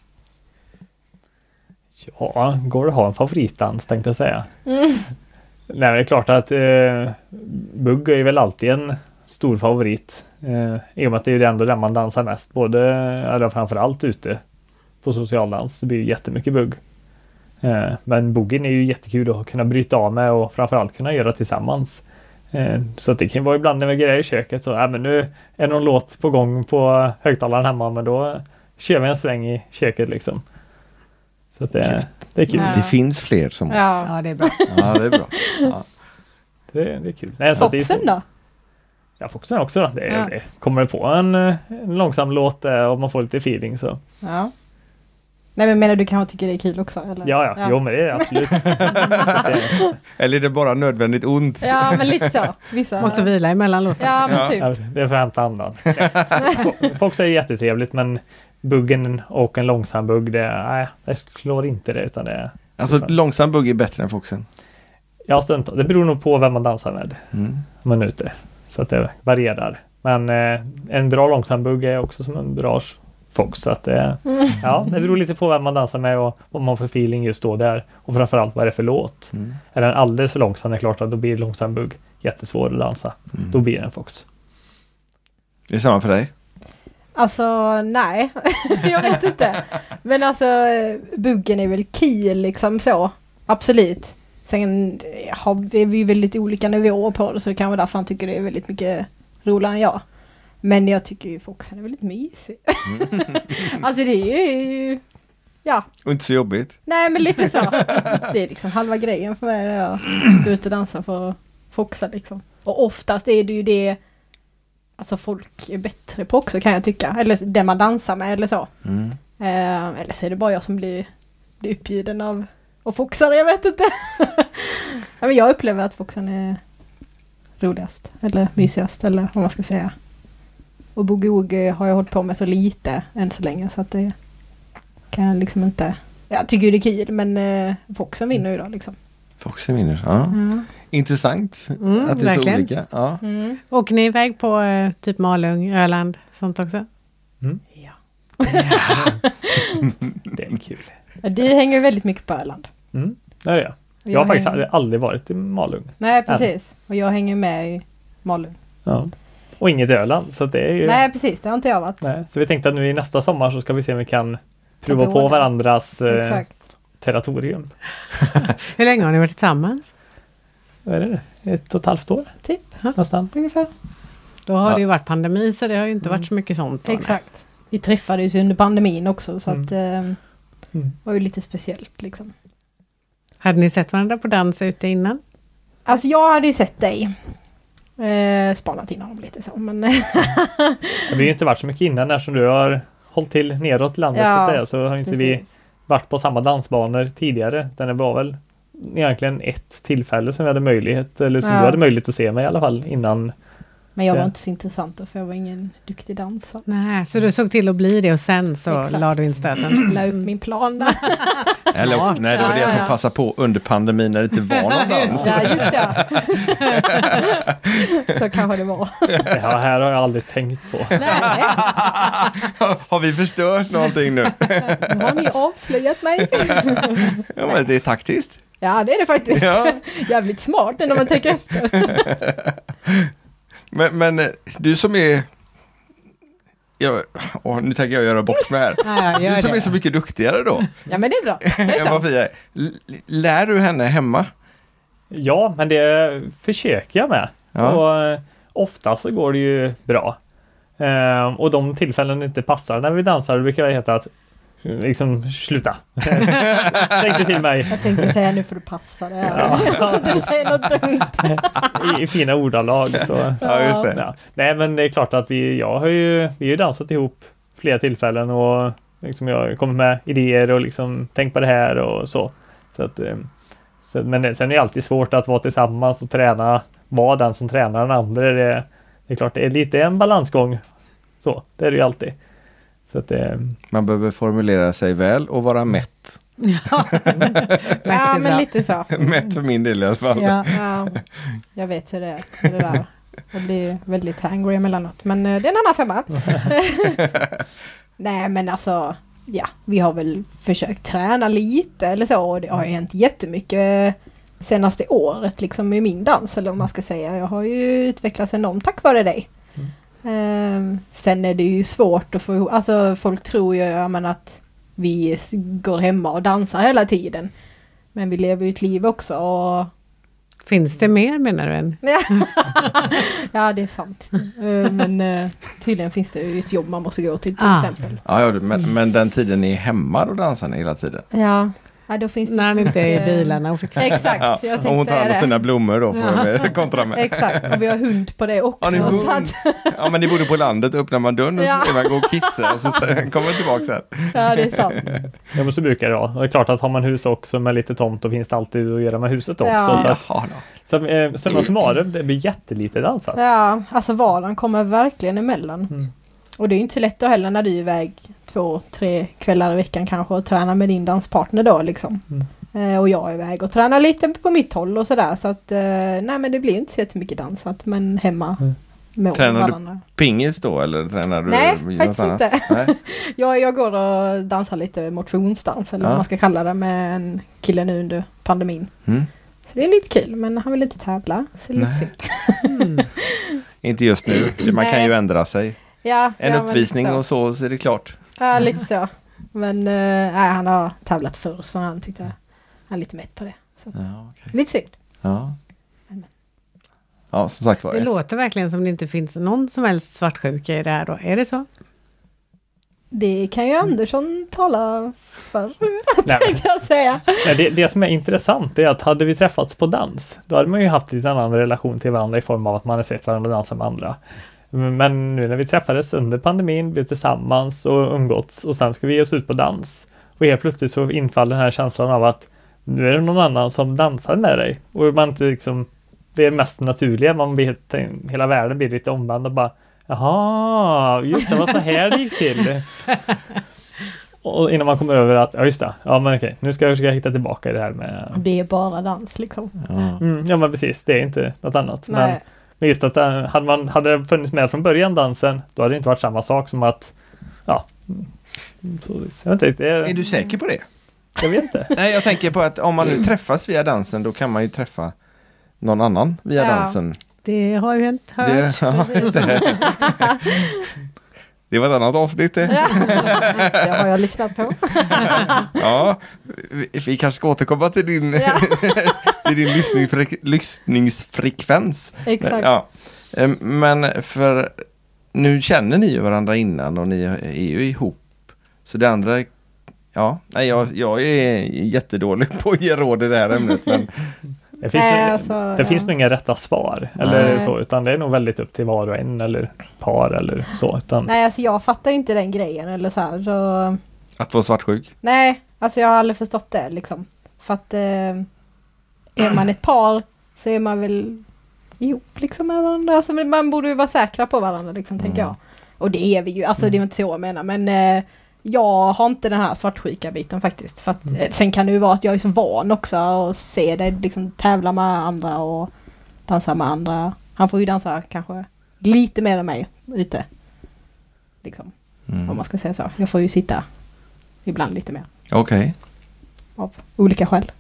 Ja, går det att ha en favoritdans tänkte jag säga. Nej, det är klart att bugg är väl alltid en stor favorit. I och med att det är ändå där man dansar mest. Eller framförallt ute på socialdans. Det blir ju jättemycket bugg. Men boogen är ju jättekul att kunna bryta av med och framförallt kunna göra tillsammans. Så att det kan vara ibland när vi grejer i köket så men nu är det någon låt på gång på högtalaren hemma, men då kör vi en sväng i köket liksom. Så att det är kul. Det finns fler som oss. Ja, det är bra. Ja, det är bra. Ja. Det är kul. Nej, så Foxen då? Ja, Foxen också då. Det kommer på en långsam låt och man får lite feeling så. Ja. Nej, men menar du kanske tycker det är kul också? Eller? Ja. Jo, men det är det absolut. Eller är det bara nödvändigt ont? Ja, men lite så. Vissa... Måste vila emellan låten. Ja, men typ. Ja, det är för att hämta andan. Fox är jättetrevligt, men buggen och en långsam bugg, det slår inte det, utan det. Alltså långsam bugg är bättre än foxen. Ja, stundtals. Det beror nog på vem man dansar med. Minuter. Så att det varierar. Men en bra långsam bugg är också som en bra fox. Så att det beror lite på vem man dansar med och vad man får feeling just då där. Och framförallt vad det är för låt. Är den alldeles för långsam, det är klart att då blir långsam bugg jättesvår att dansa. Då blir det en fox. Det är samma för dig? Alltså, nej. Jag vet inte. Men alltså, buggen är väl kul liksom så. Absolut. Sen har vi väldigt olika nivåer på det, så det kan vara därför han tycker det är väldigt mycket roligare än jag. Men jag tycker ju foxen är väldigt mysig. Alltså det är ju... Ja. Och inte så jobbigt. Nej, men lite så. Det är liksom halva grejen för mig när jag går ut och dansar för foxa liksom. Och oftast är det ju det alltså folk är bättre på också, kan jag tycka. Eller det man dansar med eller så. Eller så är det bara jag som blir uppgiven av foxar, jag vet inte. Ja, men jag upplever att foxen är roligast. Eller mysigast, eller vad man ska säga. Och boogie har jag hållit på med så lite än så länge, så att det kan jag liksom inte... Jag tycker det är kul, men foxen vinner ju då liksom. Foxen vinner, ja. Intressant att det är så olika. Ja. Åker ni iväg på typ Malung, Öland, sånt också? Ja. Det är kul. Du hänger väldigt mycket på Öland. Det är det. Jag har faktiskt aldrig varit i Malung. Nej, precis. Och jag hänger med i Malung. Ja. Och inget i Öland. Så det är ju... Nej, precis. Det har inte jag varit. Nej. Så vi tänkte att nu i nästa sommar så ska vi se om vi kan prova på varandras territorium. Hur länge har ni varit tillsammans? Vad är det? 1,5 år? Typ. Nästan. Ungefär. Då har det ju varit pandemi, så det har ju inte varit så mycket sånt. Då, exakt. Vi träffades ju under pandemin också, så att det var ju lite speciellt liksom. Hade ni sett varandra på dans ute innan? Alltså jag hade ju sett dig. Spanat in honom lite så, men... Det har ju inte varit så mycket innan eftersom du har hållit till neråt i landet så att säga. Så har inte vi varit på samma dansbanor tidigare. Den var väl egentligen ett tillfälle som vi hade möjlighet, eller som du hade möjlighet att se mig i alla fall innan. Men jag var inte så intressant för jag var ingen duktig dansare. Nej, så du såg till att bli det och sen så la du in stöten. La upp min plan där. Eller, nej, det var det att hon passade på under pandemin när det inte var någon dans. Ja, just det. Så kanske det var. Det här har jag aldrig tänkt på. Nej. Har vi förstört någonting nu? Nu har ni avslöjat mig. Ja, men det är taktiskt. Ja, det är det faktiskt. Ja. Jävligt smart när man tänker efter. Men du som är... nu tänker jag göra bort mig här. Ja, du som är så mycket duktigare då. Ja, men det är bra. Det är än vad vi är. Lär du henne hemma? Ja, men det försöker jag med. Ja. Och ofta så går det ju bra. Och de tillfällen inte passar när vi dansar, det brukar heta att liksom sluta. Tänkte till mig. Jag tänkte säga nu får du passa det. Så att du säger något dumt. I fina ordalag. Så. Ja, just det. Ja. Nej, men det är klart att vi har ju dansat ihop flera tillfällen och liksom jag kommer med idéer och liksom tänk på det här och så. Men sen är det alltid svårt att vara tillsammans och träna, vara den som tränar den andra. Det är klart det är lite en balansgång. Så, det är det ju alltid. Så att, man behöver formulera sig väl och vara mätt. Ja, men lite så. Mätt för min del i alla fall. Ja, jag vet hur det är. Det där. Jag blir väldigt hangry emellanåt. Men det är en annan femma. Nej, men alltså, ja, vi har väl försökt träna lite eller så. Och det har ju hänt jättemycket senaste året liksom i min dans, eller om man ska säga. Jag har ju utvecklats enormt tack vare dig. Sen är det ju svårt att få ihop, alltså folk tror ju att vi går hemma och dansar hela tiden, men vi lever ju ett liv också och... Finns det mer, menar du än? Ja, det är sant. Men tydligen finns det ju ett jobb man måste gå till exempel. Ja, men den tiden är hemma och dansar ni hela tiden. Ja. Ja, då finns det När han inte är i bilarna och fixar. Exakt, Ja, jag om tänkte hon tar säga hand om det. sina blommor då får vi kontra med. Exakt, och vi har hund på det också. Har ni hund? Så att, Ja, men ni bodde på landet, öppnar man dörren och så Ja. är man gå och kissa och så kommer man tillbaka sen. ja, det är sant. Ja, men så brukar det vara. Det är klart att har man hus också med lite tomt, då finns det alltid att göra med huset också. Ja. Så att, Jaha då. summa summarum, det blir jättelite dansat. Ja, alltså vardagen kommer verkligen emellan. Mm. Och det är ju inte så lätt då heller när du är iväg 2-3 kvällar i veckan kanske och tränar med din danspartner då liksom. Och jag är iväg och tränar lite på mitt håll och sådär. Så att, nej men det blir inte så jättemycket dansat, men hemma med Tränar du varandra. pingis då eller tränar du Nej, något faktiskt annat? inte. Nej. Jag går och dansar lite motionsdans eller Ja. vad man ska kalla det med en kille nu under pandemin. Mm. Så det är lite kul, men han vill inte tävla. Så det är lite synd. Mm. Inte just nu, man kan Nej. ju ändra sig. Ja, En ja, men uppvisning lite och så är det klart. Ja, lite så. Men nej, han har tävlat förr så han tyckte han är lite mätt på det. Så att, Ja, okej. lite synd. Ja. Ja, som sagt var. Det låter verkligen som det inte finns någon som helst svartsjuka i det här då. Är det så? Det kan ju Andersson tala för, Nej, tänkte jag säga. Nej, det som är intressant är att hade vi träffats på dans, då hade man ju haft lite annan relation till varandra i form av att man har sett varandra dansa med andra. Men nu när vi träffades under pandemin, blev tillsammans och umgåtts och sen ska vi ge oss ut på dans. Och helt plötsligt så infaller den här känslan av att nu är det någon annan som dansar med dig. Och man inte liksom, det är mest naturliga, man vet, hela världen blir lite omvänd och bara jaha, just det var så här det gick till. Och innan man kommer över att, ja just det, ja men okej, nu ska jag försöka hitta tillbaka i det här med... Det är bara dans liksom. Ja. Ja men precis, det är inte något annat. Nej. Men just att hade det funnits med från början dansen, då hade det inte varit samma sak som att, ja. Så jag vet inte, Är du säker på det? Jag vet inte. Nej, jag tänker på att om man nu träffas via dansen, då kan man ju träffa någon annan via Ja. dansen. Det har ju inte hört. Ja, just det. Det var ett annat avsnitt det. Det har jag lyssnat på. Ja, vi kanske ska återkomma till din, Ja. till din lyssningsfrekvens. Exakt. Ja. Men för nu känner ni ju varandra innan och ni är ju ihop. Så det andra, ja, nej, jag är jättedålig på att ge råd i det här ämnet. Men Det finns, Nej, nog, alltså, det ja. finns nog inga rätta svar eller Nej. så, utan det är nog väldigt upp till var och en eller par eller så. Utan, Nej, alltså jag fattar ju inte den grejen eller så här. Så, att vara svartsjuk. nej, alltså jag har aldrig förstått det liksom. För att är man ett par så är man väl ihop liksom med varandra. Alltså man borde ju vara säkra på varandra liksom, tänker jag. Och det är vi ju, alltså det är inte så jag menar. Men jag har inte den här svartsjuka biten faktiskt. För att, sen kan det ju vara att jag är så van också och se det liksom tävla med andra och dansa med andra. Han får ju dansa kanske lite mer än mig ute. Liksom, om man ska säga så. Jag får ju sitta ibland lite mer. Okej. Av olika skäl.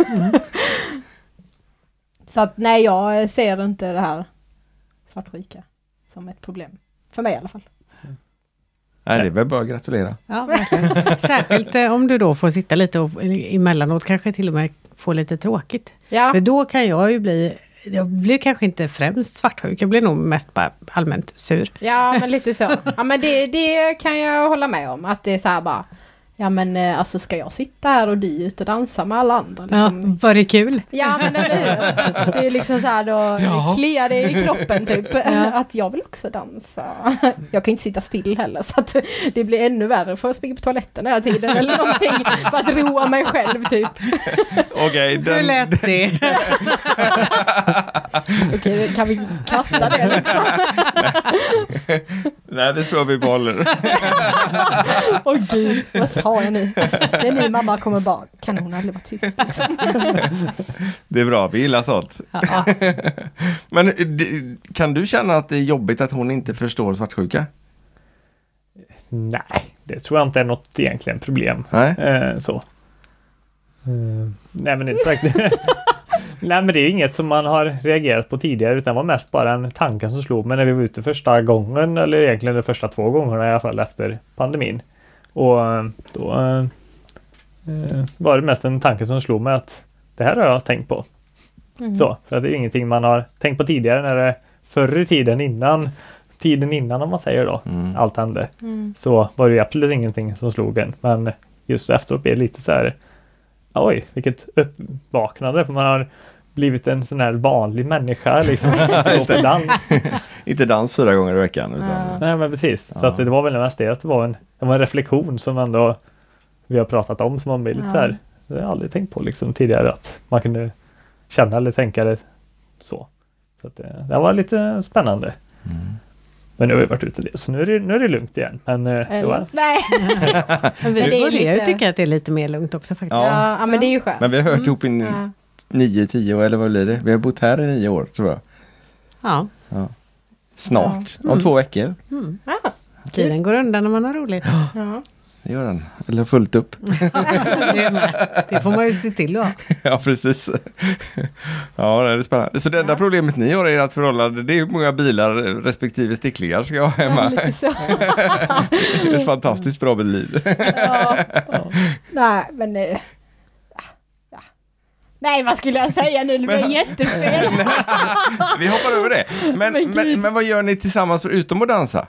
Så att nej, jag ser inte det här svartsjuka som ett problem. För mig i alla fall. Nej, det är väl bara att gratulera. Ja, verkligen. Särskilt om du då får sitta lite och emellanåt kanske till och med få lite tråkigt. Ja, För då kan jag ju jag blir kanske inte främst svartsjuk, jag blir nog mest bara allmänt sur. ja men lite så. Ja, men det kan jag hålla med om. Att det är så här bara, ja men alltså ska jag sitta här och du ut och dansa med alla andra? Liksom. Ja, var det kul? Ja men eller hur? Det är liksom så här då, kliar det i kroppen typ. Att jag vill också dansa. Jag kan inte sitta still heller så att det blir ännu värre för att springa på toaletten hela tiden eller någonting för att roa mig själv typ. Okej, Hur lät det? Okej, kan vi katta det liksom? Nej, det tror jag vi behåller. Åh gud, vad sa jag nu? Det är nu mamma kommer bara, kan hon aldrig vara tyst liksom? Det är bra, vi gillar sånt. Ja. Men kan du känna att det är jobbigt att hon inte förstår svartsjuka? nej, det tror jag inte är något egentligen problem. Nej. Så. Nej men det är sagt. Nej men det är inget som man har reagerat på tidigare, utan det var mest bara en tanke som slog mig när vi var ute första gången, eller egentligen de första 2 gångerna i alla fall efter pandemin. Och då var det mest en tanke som slog mig att det här har jag tänkt på. Så, för att det är ingenting man har tänkt på tidigare när det förr i tiden innan om man säger då, allt hände. Så var det absolut ingenting som slog en. Men just efteråt blev det lite så här, oj, vilket uppvaknande, för man har blivit en sån här vanlig människa liksom. Gå på dans. Inte dans 4 gånger i veckan. Utan... Nej, men precis. Så att det var väl mest det, att det var en reflektion som ändå vi har pratat om, som man blir lite så här, det har jag aldrig tänkt på liksom tidigare, att man kunde känna eller tänka det så. Så att det var lite spännande. Men nu har vi varit ute det, så nu är det lugnt igen. Men Nej. Men vi det är börjar ju lite- tycka att det är lite mer lugnt också faktiskt. Ja, men det är ju skönt. Men vi har hört ihop i 9-10 eller vad blir det? Vi har bott här i 9 år tror jag. Ja. Snart, om 2 veckor. Ja. Tiden går undan när man har roligt. Ja. Det gör den. Eller fullt upp. Det får man ju se till då. Ja, precis. Ja, det är spännande. Så det enda problemet ni har i ert förhållande, det är hur många bilar respektive sticklingar ska jag ha Ja, hemma. lite så. Det är ett fantastiskt bra liv. Ja. Nej, men... Nej, vad skulle jag säga nu? Det blir jättefel. Vi hoppar över det. Men vad gör ni tillsammans förutom att dansa?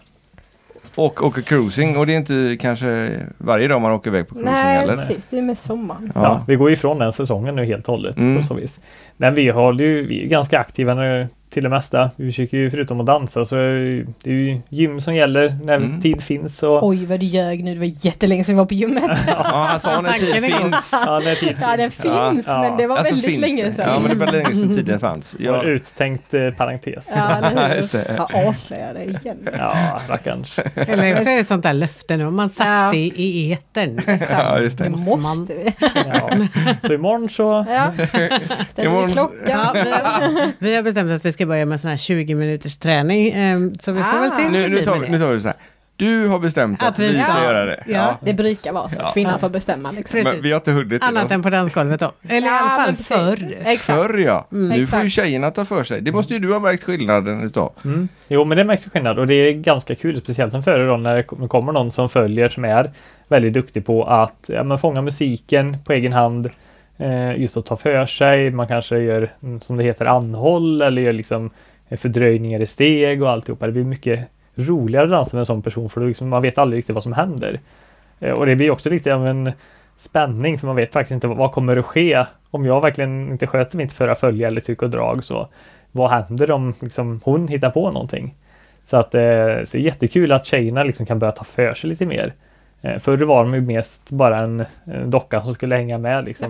Och åka cruising, och det är inte kanske varje dag man åker iväg på cruising Nej, heller. precis. Det är med sommaren. ja, vi går ifrån den säsongen nu helt och hållet på så vis. Men vi är ganska aktiva nu till det mesta. Vi försöker ju, förutom att dansa, så är det ju gym som gäller när tid finns. Och... Oj, vad du ljög nu. Det var jättelänge sedan vi var på gymmet. Ja, han sa när tid finns. Ja, när tid Ja, den finns, Ja. men det var Alltså, väldigt finns länge det? sedan. Ja, men det var länge sedan tiden fanns. Ja. Ja. Uttänkt parentes. Ja, eller hur? Just det. Jag avslöjar det igen. Ja, rackarns. Eller så är det ett sånt där löfte nu. Om man sagt Ja. det i etern. Ja, just Det det. måste vi. Ja. Så imorgon så... Ja. Ställer Imorgon- vi klockan. Ja, vi har bestämt att vi ska börja med sån här 20 minuters träning. Så vi får väl se hur det Nu blir tar med vi det. det så här. Du har bestämt att vi ska göra det. Ja. Det brukar vara så. Ja. Kvinnan får bestämma. Liksom. Precis. Men vi har inte hunnit Annat än på dansgolvet då. Eller i alla fall men precis. förr. Exakt. Förr ja. Nu får ju Exakt. tjejerna ta för sig. Det måste ju du ha märkt skillnaden utav. Jo, men det märks ju skillnad, och det är ganska kul, speciellt som före då, när det kommer någon som följer som är väldigt duktig på att fånga musiken på egen hand, just att ta för sig. Man kanske gör, som det heter, anhåll, eller gör liksom fördröjningar i steg och alltihopa. Det blir mycket roligare att dansa med en sån person, för då liksom, man vet aldrig riktigt vad som händer. Och det blir också riktigt av en spänning, för man vet faktiskt inte vad kommer att ske om jag verkligen inte sköter mitt förra följe eller tryck och drag. Så vad händer om liksom, hon hittar på någonting? Så att så är det jättekul att tjejerna liksom kan börja ta för sig lite mer. Förr var de ju mest bara en docka som skulle hänga med liksom.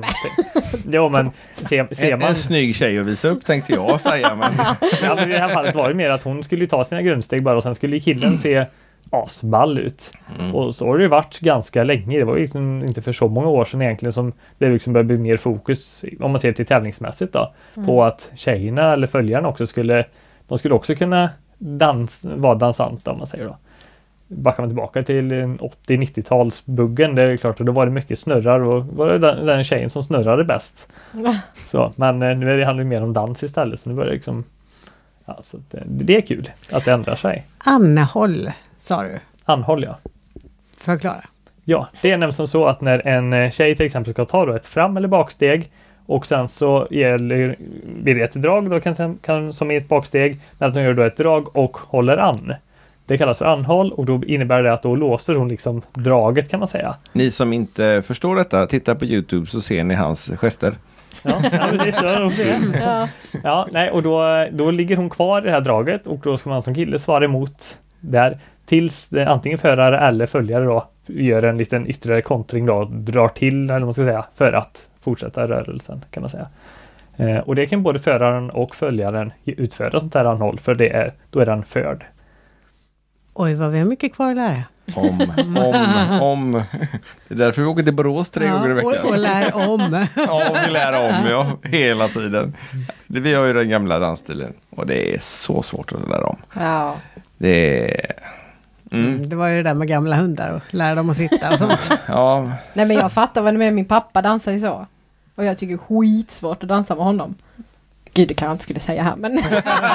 Jo, men ser man... En snygg tjej att visa upp tänkte jag säga. Men... Ja, men i det här fallet var det mer att hon skulle ta sina grundsteg bara, och sen skulle killen se asball ut. Och så har det ju varit ganska länge. Det var ju liksom inte för så många år sedan egentligen som det liksom började bli mer fokus, om man ser till tävlingsmässigt då, på att tjejerna eller följarna också skulle också kunna vara dansanta, om man säger då. Backar man tillbaka till 80-90-talsbuggen, det är klart att då var det mycket snurrar, och var det den tjejen som snurrade bäst. Så, men nu handlar det mer om dans istället, så nu börjar det liksom, ja, så att det är kul att det ändrar sig. Anhåll, sa du. Anhåll, ja. Förklara. Ja, det är nämligen så att när en tjej till exempel ska ta då ett fram- eller baksteg, och sen så blir det ett drag då, kan som i ett baksteg, när hon gör då ett drag och håller an. Det kallas för anhåll, och då innebär det att då låser hon liksom draget, kan man säga. Ni som inte förstår detta, titta på YouTube så ser ni hans gester. Ja, precis. Ja, nej, och då ligger hon kvar i det här draget, och då ska man som kille svara emot där tills antingen förare eller följare då gör en liten ytterligare kontring då, drar till, eller vad man ska säga, för att fortsätta rörelsen, kan man säga. Och det kan både föraren och följaren utföra sånt här anhåll, för då är den förd. Oj, vad vi har mycket kvar att lära. Om. Det är därför vi åker till Borås 3 gånger i veckan. Och lär om. Ja, vi lär om, ja, hela tiden. Vi har ju den gamla dansstilen, och det är så svårt att lära om. Ja. Det är... Det var ju det där med gamla hundar och lära dem att sitta och sånt. Ja, Nej, men jag fattar vad det med min pappa dansar ju så. Och jag tycker det är skitsvårt att dansa med honom. Gud, det kan jag inte skulle säga här, men...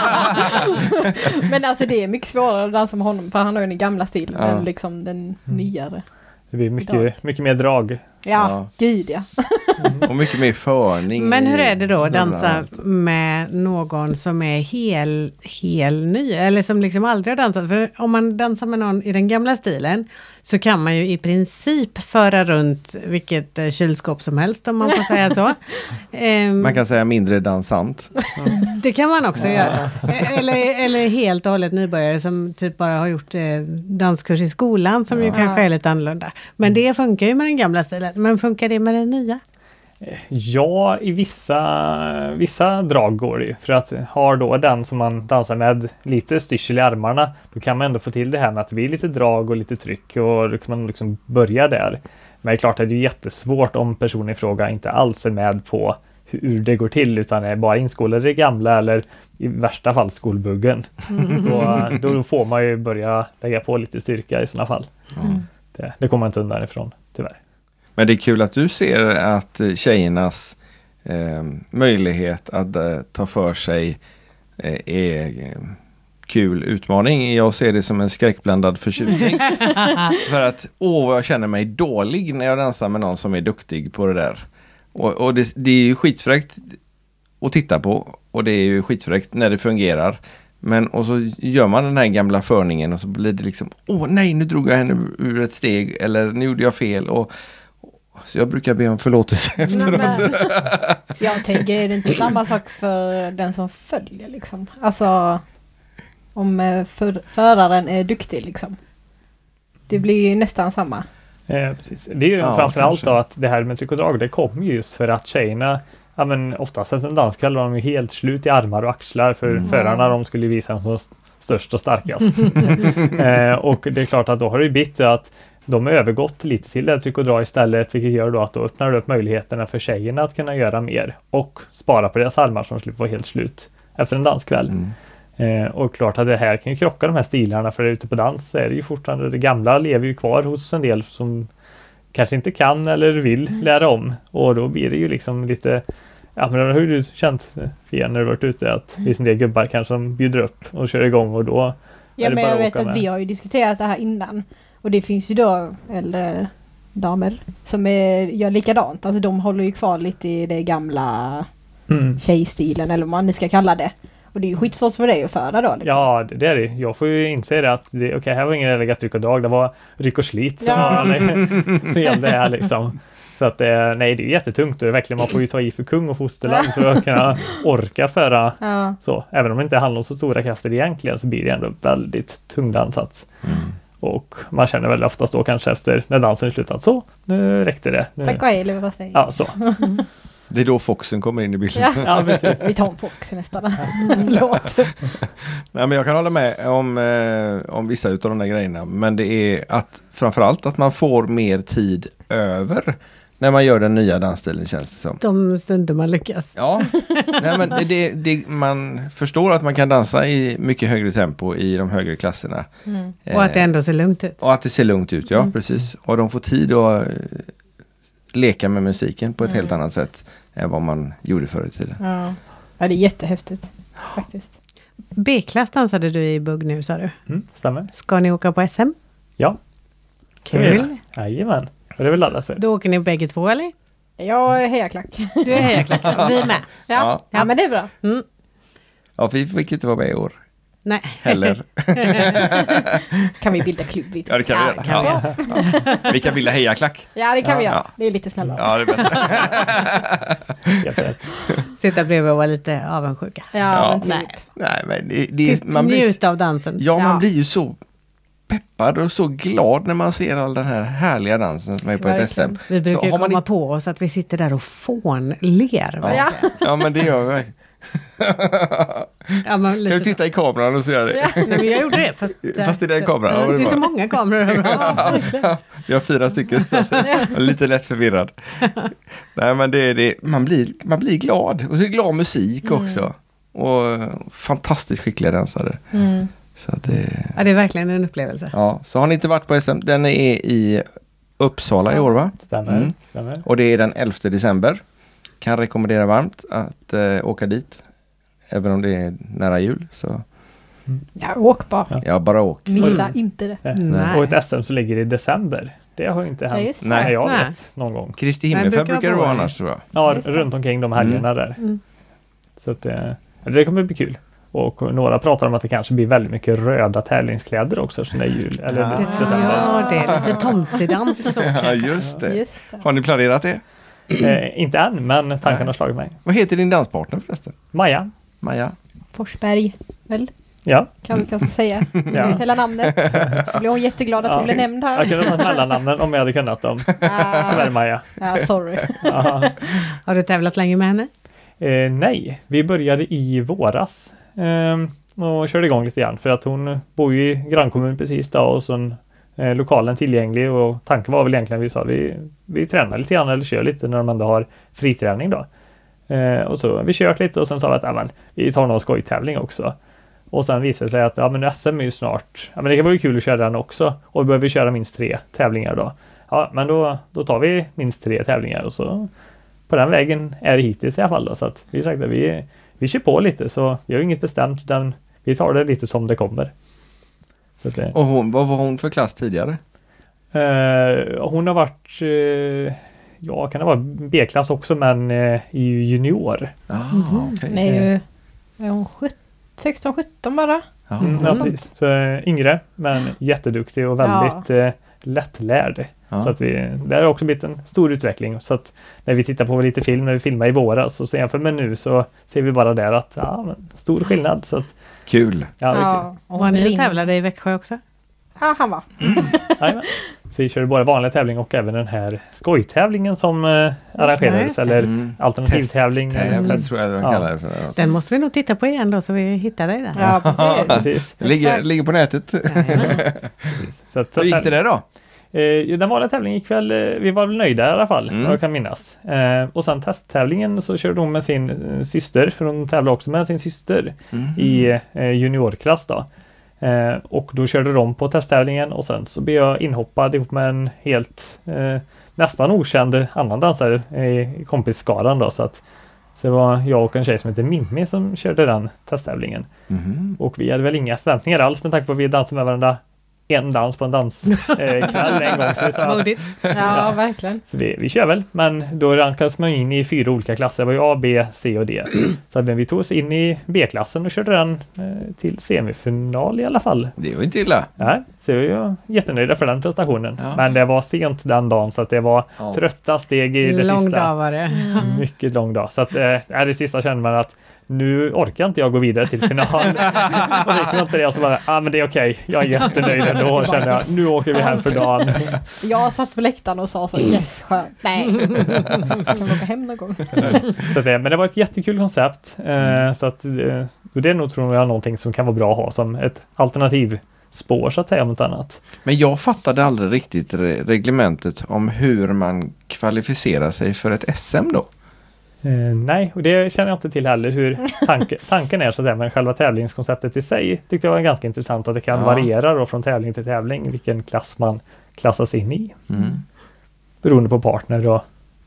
men alltså det är mycket svårare att dansa med honom, för han har ju den gamla stilen, än liksom den nyare. Det blir mycket mer drag. Ja, gud ja. och mycket mer förning. Men hur är det då att dansa snurrar. med någon som är hel ny, eller som liksom aldrig har dansat? För om man dansar med någon i den gamla stilen, så kan man ju i princip föra runt vilket kylskåp som helst, om man får säga så. Man kan säga mindre dansant. Det kan man också göra. Eller helt och hållet nybörjare som typ bara har gjort danskurs i skolan, som ju kanske är lite annorlunda. Men det funkar ju med den gamla stilen. Men funkar det med den nya? Ja, i vissa drag går det ju. För att har då den som man dansar med lite styrsel i armarna, då kan man ändå få till det här med att det blir lite drag och lite tryck, och då kan man liksom börja där. Men det är klart att det är jättesvårt om personen i fråga inte alls är med på hur det går till, utan är bara inskolad i det gamla, eller i värsta fall skolbuggen. Då får man ju börja lägga på lite styrka i sådana fall. Det kommer man inte undan ifrån, tyvärr. Men det är kul att du ser att tjejernas möjlighet att ta för sig är kul utmaning. Jag ser det som en skräckblandad förtjusning. För att, vad jag känner mig dålig när jag dansar med någon som är duktig på det där. Och det är ju skitfräckt att titta på. Och det är ju skitfräckt när det fungerar. Men och så gör man den här gamla förningen och så blir det liksom, nej, nu drog jag henne ur ett steg. Eller nu gjorde jag fel. Så jag brukar be om förlåtelse efteråt. Jag tänker, är det inte samma sak för den som följer liksom? Alltså, om föraren är duktig liksom. Det blir ju nästan samma. Precis. Det är ju framförallt då att det här med tryck och drag, det kommer just för att tjejerna, oftast en danskväll var de ju helt slut i armar och axlar, för förarna, de skulle visa en som störst och starkast. Och det är klart att då har det blivit att de har övergått lite till det tryck och dra istället, vilket gör då att då öppnar det upp möjligheterna för tjejerna att kunna göra mer och spara på deras armar som slipper vara helt slut efter en danskväll. Och klart att det här kan ju krocka de här stilarna, för ute på dans är det ju fortfarande, det gamla lever ju kvar hos en del som kanske inte kan eller vill lära om, och då blir det ju liksom lite, men hur har du känt, Fia, när du varit ute, att det finns en del gubbar kanske som bjuder upp och kör igång, och då men jag vet att vi har ju diskuterat det här innan. Och det finns ju då äldre damer som gör likadant. Alltså de håller ju kvar lite i det gamla tjejstilen, eller vad man nu ska kalla det. Och det är ju skitsvårt för dig att föra då. Liksom. Ja, det är det. Jag får ju inse det att här var ingen lägga tryck och drag. Det var ryck och slit som var fel det här liksom. Så att nej, det är jättetungt. Och verkligen, man får ju ta i för kung och fosterland för att kunna orka föra så. Även om det inte handlar om så stora krafter egentligen, så blir det ändå väldigt tung dansats. Och man känner väl oftast då kanske efter när dansen är slutat, så nu räckte det. Nu. Tack och hej, eller vad säger. Ja, så. Det är då Foxen kommer in i bilden. Ja, precis. Vi tar en Fox i nästa låt. Nej, men jag kan hålla med om vissa utav de där grejerna. Men det är att framförallt att man får mer tid över när man gör den nya dansstilen, känns det som. De stunder man lyckas. Ja, nej, men man förstår att man kan dansa i mycket högre tempo i de högre klasserna. Och att det ändå ser lugnt ut. Och att det ser lugnt ut, ja, precis. Och de får tid att leka med musiken på ett helt annat sätt än vad man gjorde förr i tiden. Ja, det är jättehäftigt faktiskt. B-klass dansade du i Bugg nu, sa du? Stämmer. Ska ni åka på SM? Ja. Kul. Jajamän. Det är väl alla för. Då åker ni bägge två, eller? Jag är hejaklack. Du är hejaklack. Vi med. Ja, men det är bra. Ja, vi fick inte vara med i år. Nej. Heller. Kan vi bilda klubb? Ja, det kan vi göra. Ja. Vi kan bilda hejaklack. Ja, det kan vi göra. Det är lite snällare. Ja, det är bättre. Sitta bredvid och vara lite avundsjuka. Ja, men typ. Nej, men man blir, njut av dansen. Ja, man blir ju så peppad och så glad när man ser all den här härliga dansen som är på ett SM. Vi brukar ju komma på oss att vi sitter där och fånler. Ja, men det gör vi. Kan du titta i kameran och så gör det? Ja. Nej, men jag gjorde det. Fast i den kameran. Det är så många kameror överallt. Vi har 4 stycken. Så jag är lite lätt förvirrad. Nej, men det är det. Man blir glad. Och så är det glad musik också. Och fantastiskt skickliga dansare. Så att det är verkligen en upplevelse. Ja, så har ni inte varit på SM. Den är i Uppsala i år, va? Stämmer. Och det är den 11 december. Kan rekommendera varmt att åka dit. Även om det är nära jul. Så. Ja, åk bara. Ja, bara åk. Missa inte det. Nej. Och ett SM som ligger i december. Det har inte hänt. Nej, jag vet någon gång. Kristi himmelfärd brukar det vara annars, tror jag. Ja, runt omkring de helgerna där. Så att, det kommer bli kul. Och några pratar om att det kanske blir väldigt mycket röda tävlingskläder också så det är jul. Eller Det tror december. jag, det är lite tomtedans. Så. Ja, just det. Just det. Har ni planerat det? Inte än, men tanken har slagit mig. Vad heter din danspartner förresten? Maja. Maja? Forsberg, väl? Ja. Kan vi kanske säga. Ja. Hela namnet. Då blir hon jätteglad att hon blev nämnd Jag här. kunde ha tagit mellannamnen om jag hade kunnat dem. Tyvärr Maja. Ja, sorry. Ja. Har du tävlat länge med henne? Nej, vi började i våras och körde igång lite grann för att hon bor ju i grannkommun precis då och så lokalen tillgänglig och tanken var väl egentligen vi sa vi tränar lite grann eller kör lite när de ändå har friträning då. Och så vi kört lite och sen sa vi att vi tar någon skojtävling också. Och sen visade det sig att men SM är ju snart, men det kan vara kul att köra den också och vi behöver köra minst 3 tävlingar då. Ja, men då tar vi minst 3 tävlingar och så på den vägen är det hittills i alla fall då, så att vi har sagt att vi kör på lite så vi har inget bestämt utan vi tar det lite som det kommer. Så att Och vad var hon för klass tidigare? Hon har varit kan det vara B-klass också men i junior. Okej. Nej, är hon 16-17 bara? Ja. Ja, precis. Så yngre men jätteduktig och väldigt lättlärd. Ja. Så att det har också blivit en stor utveckling. Så att när vi tittar på lite film, när vi filmar i våras och så jämför med nu så ser vi bara där att stor skillnad. Så att, Kul. ja, det är Ja, och Var hon ni och rinner. tävlade i Växjö också? Ja, han var. kul. Jajamän. Så vi körde både vanliga tävling och även den här skojtävlingen som arrangerades. just det. Eller alternativtävling. Testtävling tror jag de Ja. kallar det för. Den måste vi nog titta på igen då så vi hittar dig där. Ja, precis. Precis. Det ligger på nätet. Jajamän. Precis. Så att, Hur gick det där då? Den vanliga tävlingen gick väl, vi var väl nöjda i alla fall, vad jag kan minnas. Och sen testtävlingen så körde hon med sin syster, för hon tävlade också med sin syster i juniorklass då. Och då körde de på testtävlingen och sen så blev jag inhoppad ihop med en helt nästan okänd annan dansare i kompisskaran då. Så det var jag och en tjej som heter Mimmi som körde den testtävlingen. Och vi hade väl inga förväntningar alls med tanke på att vi dansade med varandra en dans på en danskväll en gång. Så vi sa att, Modigt. Ja, verkligen. så vi kör väl, men då rankades man in i 4 olika klasser. Det var ju A, B, C och D. Så att vi tog oss in i B-klassen och körde den till semifinal i alla fall. Det var inte illa. Nej, så jag är jättenöjda för den prestationen. Ja. Men det var sent den dagen så att det var trötta steg i det Lång sista. dag var det. Mycket lång dag. Så att det sista kände man att nu orkar inte jag gå vidare till final. Och det kunde inte det. Och så bara, men det är okej. Jag är jättenöjd ändå. Kände jag, nu åker vi hem för dagen. Jag satt på läktaren och sa så, yes, skönt. Nej, jag kan åka hem någon gång. Så men det var ett jättekul koncept. Så att det är nog, tror jag, någonting som kan vara bra att ha som ett alternativ spår så att säga om något annat. Men jag fattade aldrig riktigt reglementet om hur man kvalificerar sig för ett SM då. Nej, och det känner jag inte till heller hur tanken är så att säga, men själva tävlingskonceptet i sig tyckte jag var ganska intressant att det kan variera då från tävling till tävling vilken klass man klassas in i. Beroende på partner och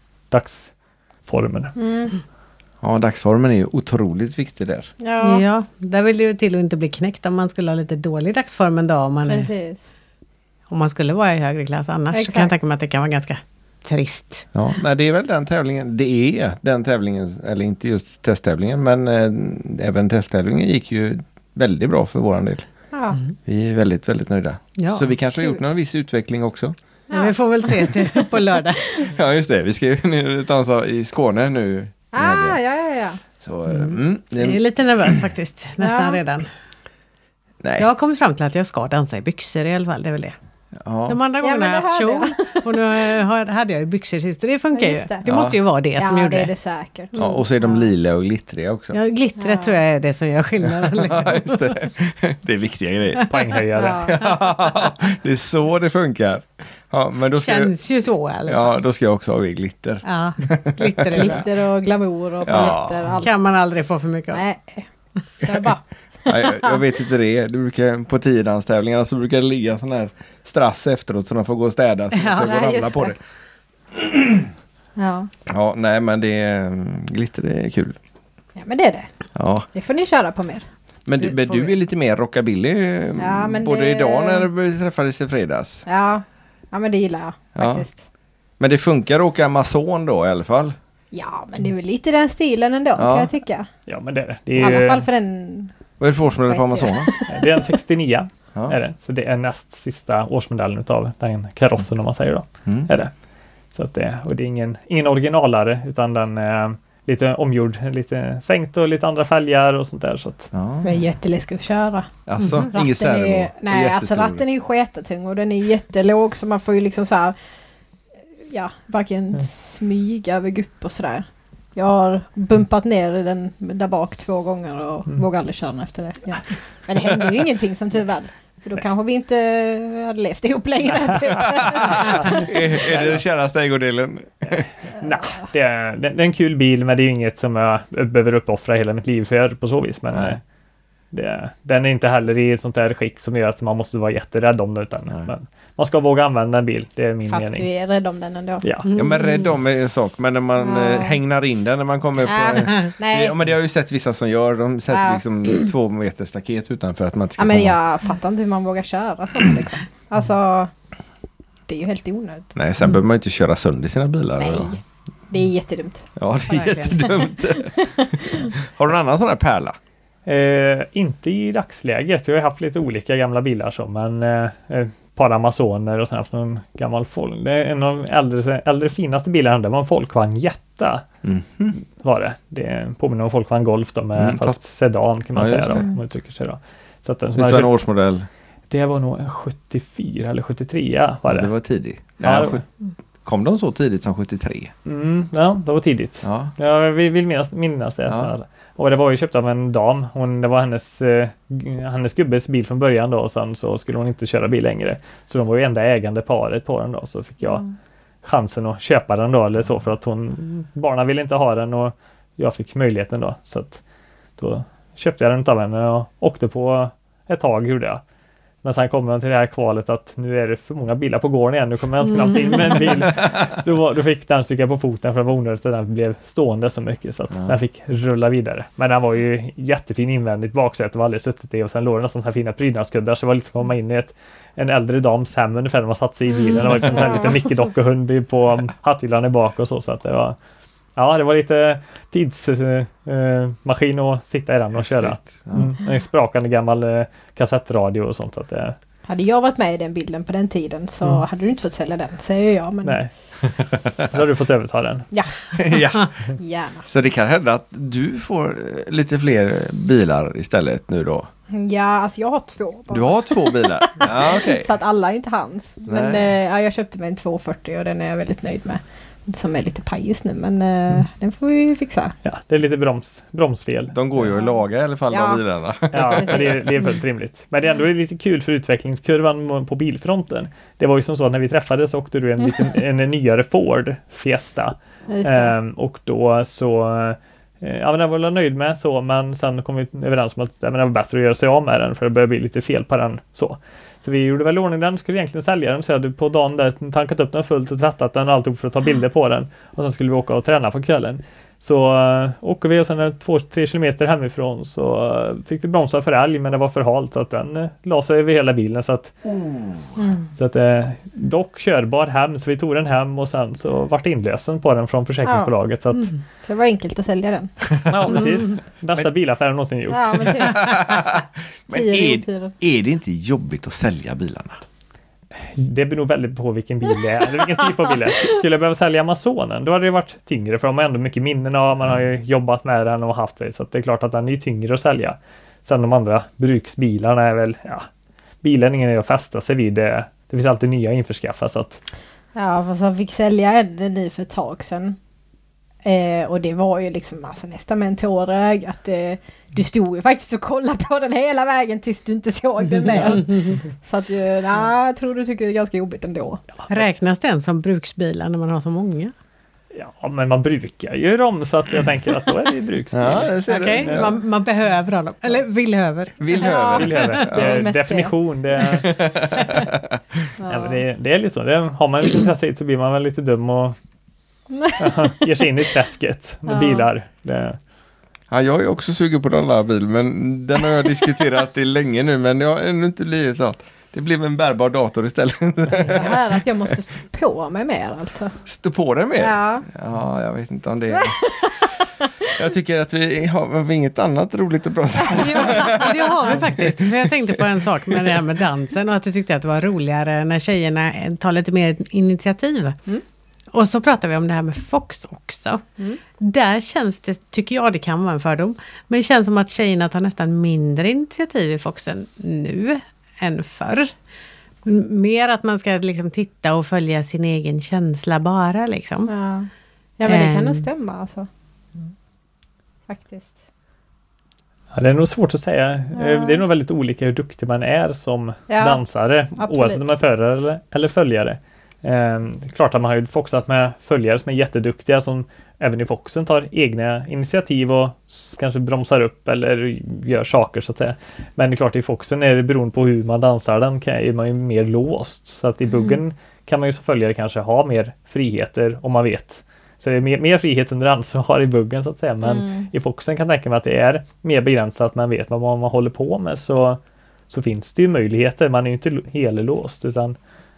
dagsformen. Ja, dagsformen är ju otroligt viktig där. Ja, Ja, där vill det ju till att inte bli knäckt om man skulle ha lite dålig dagsform en dag precis. om man skulle vara i högre klass. Annars så Exakt. kan jag tänka mig att det kan vara ganska trist. Ja, nej, det är väl den tävlingen. Det är den tävlingen, eller inte just testtävlingen, men även testtävlingen gick ju väldigt bra för våran del. Ja. Vi är väldigt, väldigt nöjda. Ja. Så vi kanske har gjort Kul. någon viss utveckling också. Men vi får väl se till på lördag. Ja, just det. Vi ska ju nu dansa i Skåne nu. Ja. Så, Det är lite nervöst faktiskt, nästan Ja. redan. nej. Jag har kommit fram till att jag ska dansa i byxor i alla fall, det är väl det. Ja. De andra gångerna men har jag det haft hörde kjol och nu hade jag ju byxor sist och det funkar Ja, ju. just det. Det måste ju vara det som Ja, gjorde det är det. det säkert. Ja, och så är de lila och glittriga också. Ja, glittret tror jag är det som gör skillnaden. Liksom. Ja, just det. Det är viktiga grejer. Poänghöjare. Ja. Det är så det funkar. Ja, men då ska Känns ju så i alla fall. ja, då ska jag också ha i glitter. Ja, glitter är bra. Glitter och glamour och paletter. Allt. Kan man aldrig få för mycket av. Nej, kör bara. Nej, jag vet inte det. På 10-danstävlingarna så brukar det ligga sån här strass efteråt så de får gå och städa. Så Ja, de får nej, ramla just på det. det. Ja. Ja, nej men glitter är kul. Ja, men det är det. Ja. Det får ni köra på mer. Men Det du får vi. är lite mer rockabilly Ja, men både det- idag när vi träffades i fredags. Ja, men det gillar jag Ja. faktiskt. Men det funkar att åka Amazon då i alla fall. Ja, men det är väl lite den stilen ändå kan jag tycka. Ja, men det är I alla ju fall för den Vad är det för årsmodell på Amazonen? Det är en 69 Ja. är det. Så det är näst sista årsmodellen utav den karossen om man säger då. Mm. Är det. Så att och det är ingen originalare utan den är lite omgjord, lite sänkt och lite andra fälgar och sånt där. Så att, Ja. Det är jätteläskigt att köra. Alltså, Ratten inget servo. är, nej, alltså Jättestor. ratten är ju sketatung och den är jättelåg så man får ju liksom så här, ja, varken smyga över gupp och sådär. Jag har bumpat ner i den där bak 2 gånger och vågar aldrig köra den efter det. Ja. Men det händer ju ingenting som tur väl. För då kanske vi inte hade levt ihop längre. Typ. är det den käraste ägodelen? nej, det är en kul bil men det är ju inget som jag behöver uppoffra hela mitt liv för på så vis. Men Nej. den är inte heller i ett sånt där skick som gör att man måste vara jätterädd om det. Utan, men man ska våga använda en bil, det är min Fast mening. du är rädd om den ändå. Ja. Ja, men rädd om är en sak. Men när man hängnar in den när man kommer på... Nej. Ja, men det har jag ju sett vissa som gör. De sätter Ja. liksom 2 meter staket utanför att man inte ska Ja, men komma. jag fattar inte hur man vågar köra sånt liksom. Alltså, det är ju helt onödigt. Nej, sen behöver man ju inte köra sönder sina bilar. Nej, det är jättedumt. Ja, det är Verkligen. jättedumt. Har du en annan sån här pärla? Inte i dagsläget. Jag har haft lite olika gamla bilar så, men ett par Amazoner och sen någon gammal folk. Det är en av de äldre finaste bilarna. Det var en Folkvagn Jetta. Var det. Det påminner om Folkvagn Golf då, med fast sedan kan man Ja, säga just då, det. om man uttrycker sig då. Så att den som Vet hade du en årsmodell? det var nog en 74 eller 73 var Det det. var tidigt. Ja, Ja, kom de så tidigt som 73? Ja, det var tidigt. Ja. Jag vill minnas det. Ja. Och det var ju köpt av en dam. Det var hennes gubbes bil från början då. Och sen så skulle hon inte köra bil längre. Så de var ju enda ägande paret på den då. Så fick jag chansen att köpa den då. Eller så för att barnen ville inte ha den. Och jag fick möjligheten då. Så att då köpte jag den av henne och åkte på ett tag gjorde jag. Men sen kom jag till det här kvalet att nu är det för många bilar på gården igen. Nu kommer jag inte knappt in med en bil. Då fick den stycka på foten för det var onödigt att den blev stående så mycket. Så att den fick rulla vidare. Men den var ju jättefin invändigt baksätet. Det var aldrig suttit i. Och sen låg det nästan så här fina prydnadskuddar. Så det var lite som att komma in i en äldre dams hem ungefär när man satt sig i bilen. Det var liksom en liten Mickey-dockhund på hatthyllan i bak och så. Så att det var... Ja, det var lite tidsmaskin att sitta i den och köra. En sprakande gammal kassettradio och sånt. Så att det... Hade jag varit med i den bilden på den tiden så hade du inte fått sälja den, säger jag. Men Nej, då har du fått överta den. ja, Ja. gärna. Så det kan hända att du får lite fler bilar istället nu då? Ja, alltså jag har 2 bara. Du har 2 bilar? Ja, okej. Så att alla är inte hans. Men Nej. ja, jag köpte mig en 240 och den är jag väldigt nöjd med. Som är lite paj just nu, men den får vi fixa. Ja, det är lite bromsfel. De går ju att laga i alla fall, Ja. de bilarna. Ja, så det är fullt rimligt. Men det är ändå lite kul för utvecklingskurvan på bilfronten. Det var ju som så att när vi träffades så åkte du en nyare Ford Fiesta. Just det. Och då så... Ja, men den var jag nöjd med så, men sen kom vi överens om att det var bättre att göra sig av med den för det började bli lite fel på den så. Så vi gjorde väl ordning den, skulle egentligen sälja den så jag hade på dagen där tankat upp den fullt och tvättat den och alltid för att ta bilder på den. Och sen skulle vi åka och träna på kvällen. Så åker vi och sen 2-3 kilometer hemifrån så fick vi bromsa för älg men det var för halt så att den la sig över hela bilen så att dock körbar hem så vi tog den hem och sen så vart inlösen på den från försäkringsbolaget så att Så det var enkelt att sälja den. ja precis. Bästa bilaffären någonsin gjort. Ja, men typ. Men 10 minuter. är det inte jobbigt att sälja bilarna? Det beror nog väldigt på vilken bil det är, eller vilken typ av bil det är. Skulle jag behöva sälja Amazonen, då hade det varit tyngre för de har ändå mycket minnen av, man har ju jobbat med den och haft sig, så att det är klart att den är tyngre att sälja. Sen de andra bruksbilarna är väl, bilen är att fästa sig vid, det finns alltid nya att införskaffa så att... Ja, fast jag fick sälja en ny för ett tag sedan. Och det var ju liksom alltså, nästan med en tårög att du stod ju faktiskt och kollade på den hela vägen tills du inte såg den mer. Så att jag tror du tycker det är ganska jobbigt ändå. Räknas den som bruksbilar när man har så många? Ja, men man brukar ju dem så att jag tänker att då är det ju bruksbil. Ja, det ser Okej, du. man behöver dem. Eller vill över. Vill Ja. höra. Det är mest definition. Det är lite så. Har man lite intresse i så blir man väl lite dum och ger sig in i träsket med bilar. Ja, jag är också sugen på den där bilen, men den har jag diskuterat i länge nu, men jag har ännu inte blivit något. Det blev en bärbar dator istället. Det här att jag måste stå på mig mer alltså. Stå på den med? Ja. Ja, jag vet inte om det är... Jag tycker att vi har inget annat roligt att prata om. Jo, det har vi faktiskt. För jag tänkte på en sak med det här med dansen och att du tyckte att det var roligare när tjejerna tar lite mer initiativ. Och så pratar vi om det här med Fox också. Där känns det, tycker jag det kan vara en fördom, men det känns som att tjejerna tar nästan mindre initiativ i Foxen nu än förr. Mer att man ska liksom titta och följa sin egen känsla bara liksom. Ja men det kan nog stämma alltså. Faktiskt. Ja, det är nog svårt att säga. Det är nog väldigt olika hur duktig man är som dansare. Absolut. Oavsett om man är förare eller följare. Klart att man har ju foxat med följare som är jätteduktiga som även i Foxen tar egna initiativ och kanske bromsar upp eller gör saker så att säga. Men det är klart i Foxen är det beroende på hur man dansar den är man ju mer låst. Så att i buggen kan man ju som följare kanske ha mer friheter om man vet. Så det är mer frihet än dans har i buggen så att säga. Men i Foxen kan jag tänka mig att det är mer begränsat. Man vet vad man håller på med så finns det ju möjligheter. Man är ju inte helelåst utan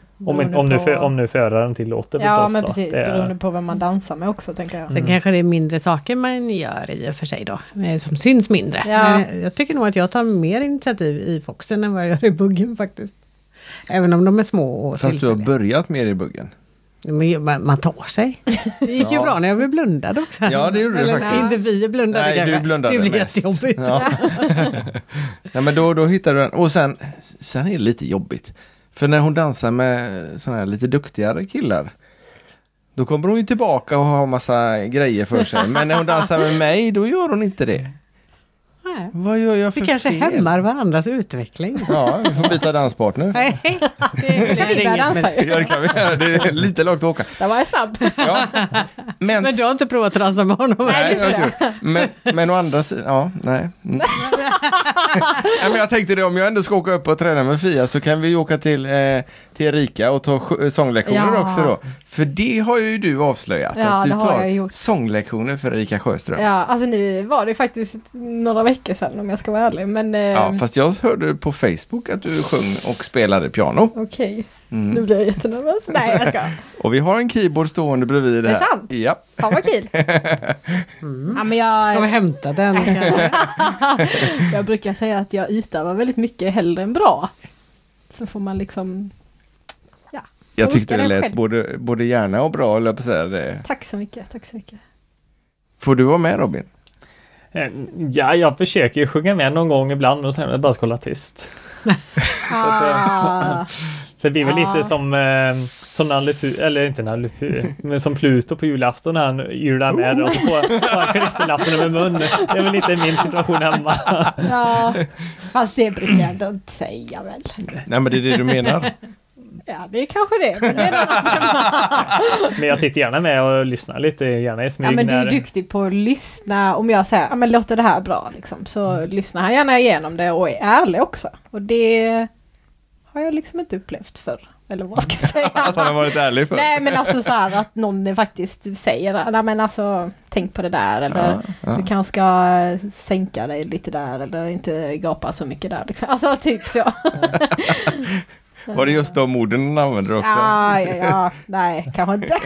om nu föraren tillåter. Ja men precis, beroende på vad man dansar med också tänker jag. Sen kanske det är mindre saker man gör i och för sig då. Som syns mindre. Ja. Men jag tycker nog att jag tar mer initiativ i Foxen än vad jag gör i buggen faktiskt. Även om de är små och Fast du har börjat mer i buggen. Man tar sig. Det gick ju bra när jag blev blundad också. Ja, det gjorde du faktiskt. Inte vi blundade Nej, kanske. du blundade det blir mest. jättejobbigt. Ja. Nej, men då hittar du den. Och sen är det lite jobbigt. För när hon dansar med såna här lite duktigare killar, då kommer hon ju tillbaka och har massa grejer för sig. Men när hon dansar med mig, då gör hon inte det. Nej. Vad gör jag för Vi kanske fel? hämmar varandras utveckling. Ja, vi får byta danspartner. Nej, Det kan vi börja dansa ju. Ja, det kan vi göra. Det är lite långt att åka. Där var jag snabb. Ja. Men du har inte provat att dansa med honom? Nej, jag tror. Men å andra sidan, ja, nej. Nej, men jag tänkte det, om jag ändå ska åka upp och träna med Fia så kan vi åka till Erika och ta sånglektioner också då. För det har ju du avslöjat, att du tar sånglektioner för Erika Sjöström. Ja, alltså nu var det faktiskt några veckor sedan om jag ska vara ärlig. Men, ja, fast jag hörde på Facebook att du sjöng och spelade piano. Okej. Nu blir jag jättenervös. Nej, jag ska. Och vi har en keyboard stående bredvid det här. Det är sant? Ja. Fan vad kul. Ja, men jag har hämtat den. jag brukar säga att jag utövar väldigt mycket hellre än bra. Så får man liksom... Ja. Jag tyckte det lät både gärna och bra, eller på att säga det. Tack så mycket, tack så mycket. Får du vara med, Robin? Ja, jag försöker ju sjunga med någon gång ibland och sen bara ska hålla tyst. Så det blir väl lite som Nalle, eller inte Nalle, men som Pluto på julafton när han ylar med och så får han klisterlappen med mun. Det är väl lite min situation hemma. Ja, fast det brukar jag inte säga väl. Nej, men det är det du menar. Ja, det är kanske det. Men, det är men jag sitter gärna med och lyssnar lite, gärna i smyg. Ja, men du är duktig på att lyssna. Om jag säger, ja men låter det här bra liksom, så lyssnar han gärna igenom det och är ärlig också. Och det har jag liksom inte upplevt förr. Eller vad ska jag säga? Att han har varit ärlig för. Nej, men alltså så här att någon faktiskt säger, nej men alltså tänk på det där, eller du kanske ska sänka dig lite där, eller inte gapa så mycket där liksom. Alltså typ så. Var det just de orden han använder också? Ja, nej, kanske inte.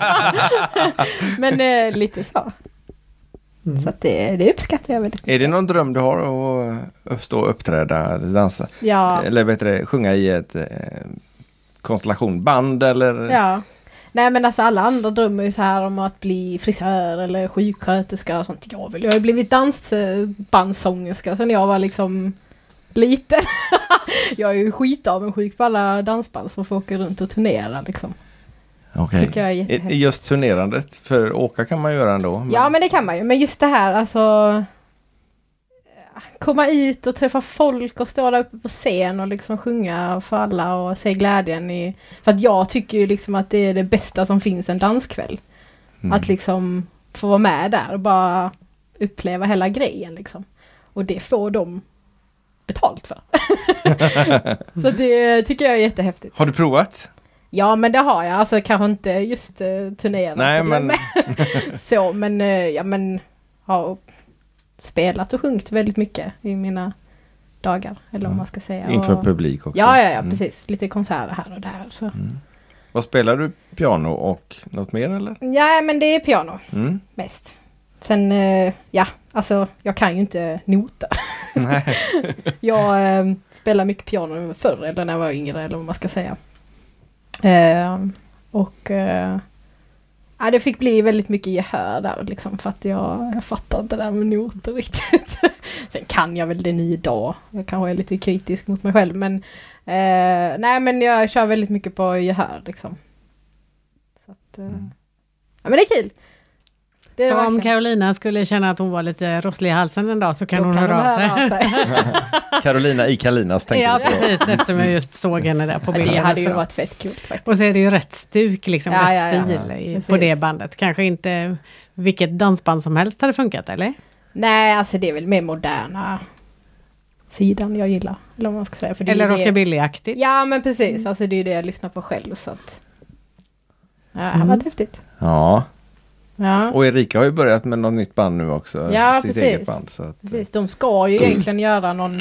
Men lite så. Så att det uppskattar jag väldigt mycket. Är det någon dröm du har att stå och uppträda, dansa? Ja. Eller vet du, sjunga i ett konstellationband eller? Ja. Nej, men alltså alla andra drömmer ju så här om att bli frisör eller sjuksköterska och sånt. Jag har ju blivit dansbandssångerska sen jag var liksom liten. Jag är ju skitavundsjuk på alla dansband som får åka runt och turnera liksom. Okej. Tycker jag är jättehäftigt. Just turnerandet, för åka kan man göra ändå. Men... Ja, men det kan man ju. Men just det här, alltså komma ut och träffa folk och stå där uppe på scen och liksom sjunga för alla och se glädjen i... För att jag tycker ju liksom att det är det bästa som finns en danskväll. Att liksom få vara med där och bara uppleva hela grejen liksom. Och det får de betalt för. Så det tycker jag är jättehäftigt. Har du provat? Ja, men det har jag. Alltså kanske inte just turnera. Nej, men... Så, men ja, men har spelat och sjungit väldigt mycket i mina dagar, eller vad man ska säga. Inför publik också. Ja, precis. Lite konserter här och där. Så. Vad spelar du? Piano och något mer eller? Ja, men det är piano mest. Sen, alltså jag kan ju inte nota. Nej. Jag spelar mycket piano förr, eller när jag var yngre, eller vad man ska säga. Det fick bli väldigt mycket gehör där liksom, för att jag fattar inte det där med noter riktigt. Sen kan jag väl det nu idag. Jag kanske är lite kritisk mot mig själv, men men jag kör väldigt mycket på gehör liksom. Så att, men det är kul. Det är så verkligen. om Carolina skulle känna att hon var lite rosslig i halsen en dag så kan hon höra av sig. Carolina i Kalinas tänkte Ja, jag på. precis, eftersom jag just såg henne där på bilden. Det hade ju också. varit fett kul faktiskt. Och så är det ju rätt stuk, liksom rätt stil på Precis. det bandet. Kanske inte vilket dansband som helst hade funkat, eller? Nej, alltså det är väl mer moderna sidan jag gillar. Eller vad man ska säga. För det Eller är det... rockabilly-aktigt. Ja, men precis. Alltså det är det jag lyssnar på själv. Så att... Ja, det har varit häftigt. Ja, Ja, och Erika har ju börjat med något nytt band nu också. Ja, sitt precis. eget band. Så att, precis. De ska ju egentligen göra någon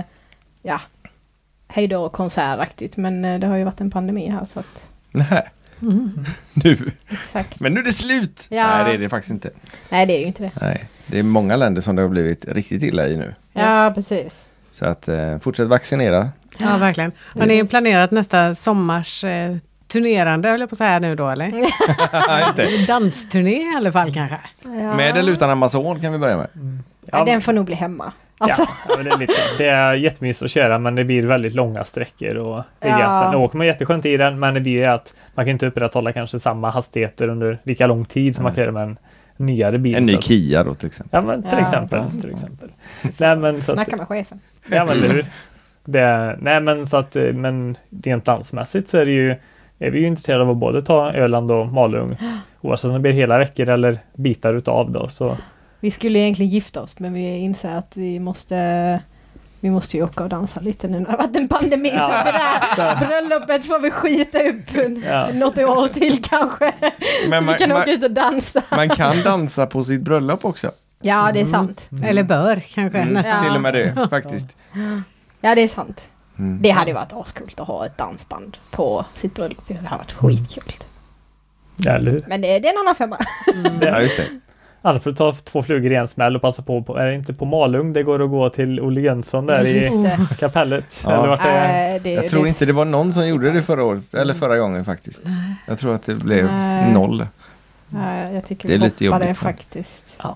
hejdå konsertaktigt. Men det har ju varit en pandemi här så att... nej, Mm. nu. Exakt. Men nu är det slut! Ja. Nej, det är det faktiskt inte. Nej, det är ju inte det. Nej, det är många länder som det har blivit riktigt illa i nu. Ja, precis. Så att fortsätt vaccinera. Ja, verkligen. Har ni planerat nästa sommars turnerande, höll jag på att säga nu då, eller? Ja, just det. Dansturné i alla fall kanske. Ja. Med eller utan Amazon kan vi börja med. Ja, den får nog bli hemma. Alltså. Ja, men det är jättemysigt att köra, men det blir väldigt långa sträckor och sen åker man jätteskönt i den, men det blir att man kan inte upprätthålla kanske samma hastigheter under lika lång tid som man kan göra med en nyare bil. En ny så att- Kia då till exempel. Ja, men till exempel. Nej, men så att, Snacka med chefen. ja, men hur? Nej, men så att, men rent dansmässigt så är vi ju intresserade av att både ta Öland och Malung, oavsett om det blir hela veckor eller bitar utav då, så Vi skulle egentligen gifta oss, men vi inser att vi måste ju åka och dansa lite nu när det har varit en pandemi. Ja. Så det där bröllopet får vi skita upp något år till kanske. Men Vi kan åka ut och dansa. man kan dansa på sitt bröllop också. Ja, det är sant. Eller bör kanske nästan. Ja. Till och med det faktiskt. Ja, det är sant. Mm. Det hade ju varit askult att ha ett dansband på sitt bröllop. Det hade varit skitkul. ja, eller hur? Men det är en annan femma. Ja, just det. Annars får du ta 2 flugor i en smäll och passa på, är det inte på Malung det går att gå till Olle Jönsson där i Just det. kapellet? Ja. Eller vart det är? Jag tror inte det var någon som gjorde det förra året, eller förra gången faktiskt. Jag tror att det blev 0. Jag tycker Det är vi lite hoppar det jobbigt, va? faktiskt. Ja.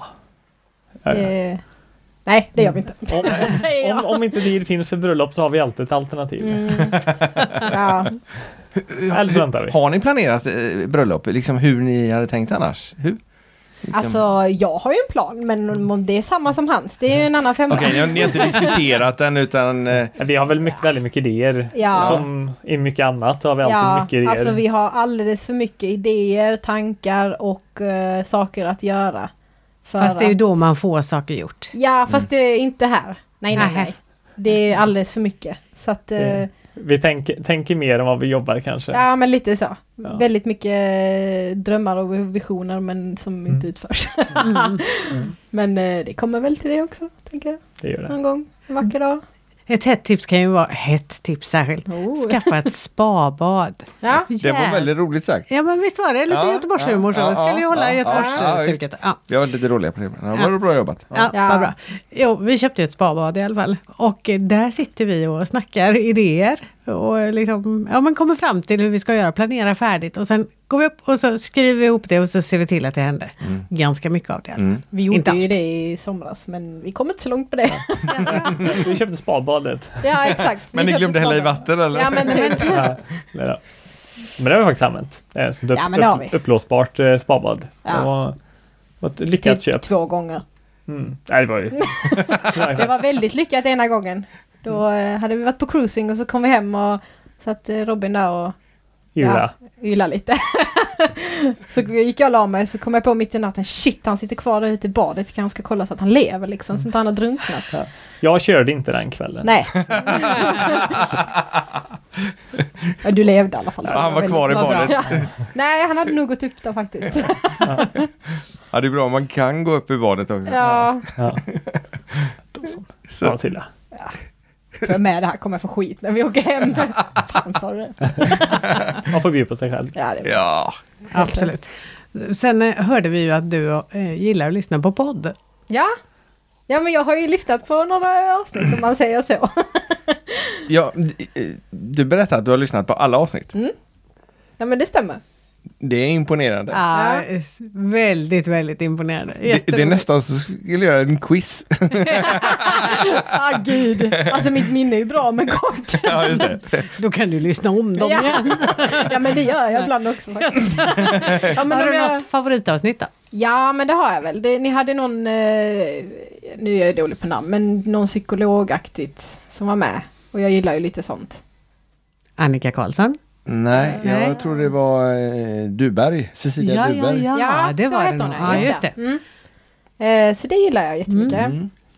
Nej, det gör vi inte. Säger jag. Om inte tid finns för bröllop så har vi alltid ett alternativ. Ja. Eller så väntar vi. Har ni planerat bröllop? Liksom hur ni hade tänkt annars? Hur? Alltså, jag har ju en plan, men om det är samma som hans, det är ju en annan femma. Okej, ni har inte diskuterat den utan... Vi har väl väldigt mycket idéer. Ja. Som i mycket annat har vi alltid mycket idéer. Alltså vi har alldeles för mycket idéer, tankar och saker att göra. Fast det är ju då man får saker gjort. Ja, fast det är inte här. Nej. Det är alldeles för mycket. Så att... Vi tänker mer än vad vi jobbar kanske. Ja, men lite så. Ja. Väldigt mycket drömmar och visioner, men som inte utförs. Men det kommer väl till det också, tänker jag. Det gör det. Någon gång, en vacker dag. Ett hett tips kan ju vara, hett tips särskilt, skaffa ett spabad. Ja. Det var väldigt roligt sagt. Ja, men visst var det lite Ja, Göteborgshumor så. ja, Vi skulle ju hålla ja, Göteborgsstuket. Ja. Jag var lite roliga på det. Men det var bra jobbat. Ja, Ja. vad bra. Jo, vi köpte ju ett spabad i alla fall. Och där sitter vi och snackar idéer. Och liksom, man kommer fram till hur vi ska göra, planera färdigt. Och sen går vi upp och så skriver vi ihop det och så ser vi till att det händer. Ganska mycket av det. Vi Inte gjorde ju allt. det i somras, men vi kom inte så långt på det. Vi köpte spadbadet. Ja, exakt. Men ni glömde hälla i vatten eller? Ja, men typ. Ja, men det har vi faktiskt använt. Så Ja, men det har vi. uppblåsbart spabad. Ja. Det var ett lyckat köp. 2 gånger. Nej, det var ju... Det var väldigt lyckat ena gången. Då hade vi varit på cruising och så kom vi hem och satt Robin där och yla lite. Så gick jag och la mig, så kom jag på mitt i natten, shit, han sitter kvar där ute i badet, kanske ska kolla så att han lever liksom, så att han har drunknat. Ja. Jag körde inte den kvällen. Nej. Ja, du levde i alla fall. Ja, han var kvar i badet. Ja. Nej, han hade nog gått upp där faktiskt. Ja, det är bra. Man kan gå upp i badet också. Ja. Ja. Så. Ja, Silla. Så jag med det här kommer jag få skit när vi åker hem. Fan, sa du det? Man får bjuda på sig själv. Ja, det är bra. Ja. Absolut. Sen hörde vi ju att du gillar att lyssna på podd. Ja, men jag har ju lyssnat på några avsnitt om man säger så. Ja, du berättade att du har lyssnat på alla avsnitt. Ja, men det stämmer. Det är imponerande. Ja, väldigt, väldigt imponerande. Det är nästan så skulle göra en quiz. Gud. Alltså mitt minne är ju bra men kort. Ja, just det. Då kan du lyssna om dem igen. Ja, men det gör jag ibland också faktiskt. Ja, men har du något favoritavsnitt då? Ja, men det har jag väl. Ni hade någon, nu är jag dålig på namn, men någon psykologaktigt som var med. Och jag gillar ju lite sånt. Annika Karlsson? Nej, jag tror det var Duberg, Cecilia Duberg. Ja, det så var heter det hon. nog. Ja, just det. Så det gillar jag jättemycket.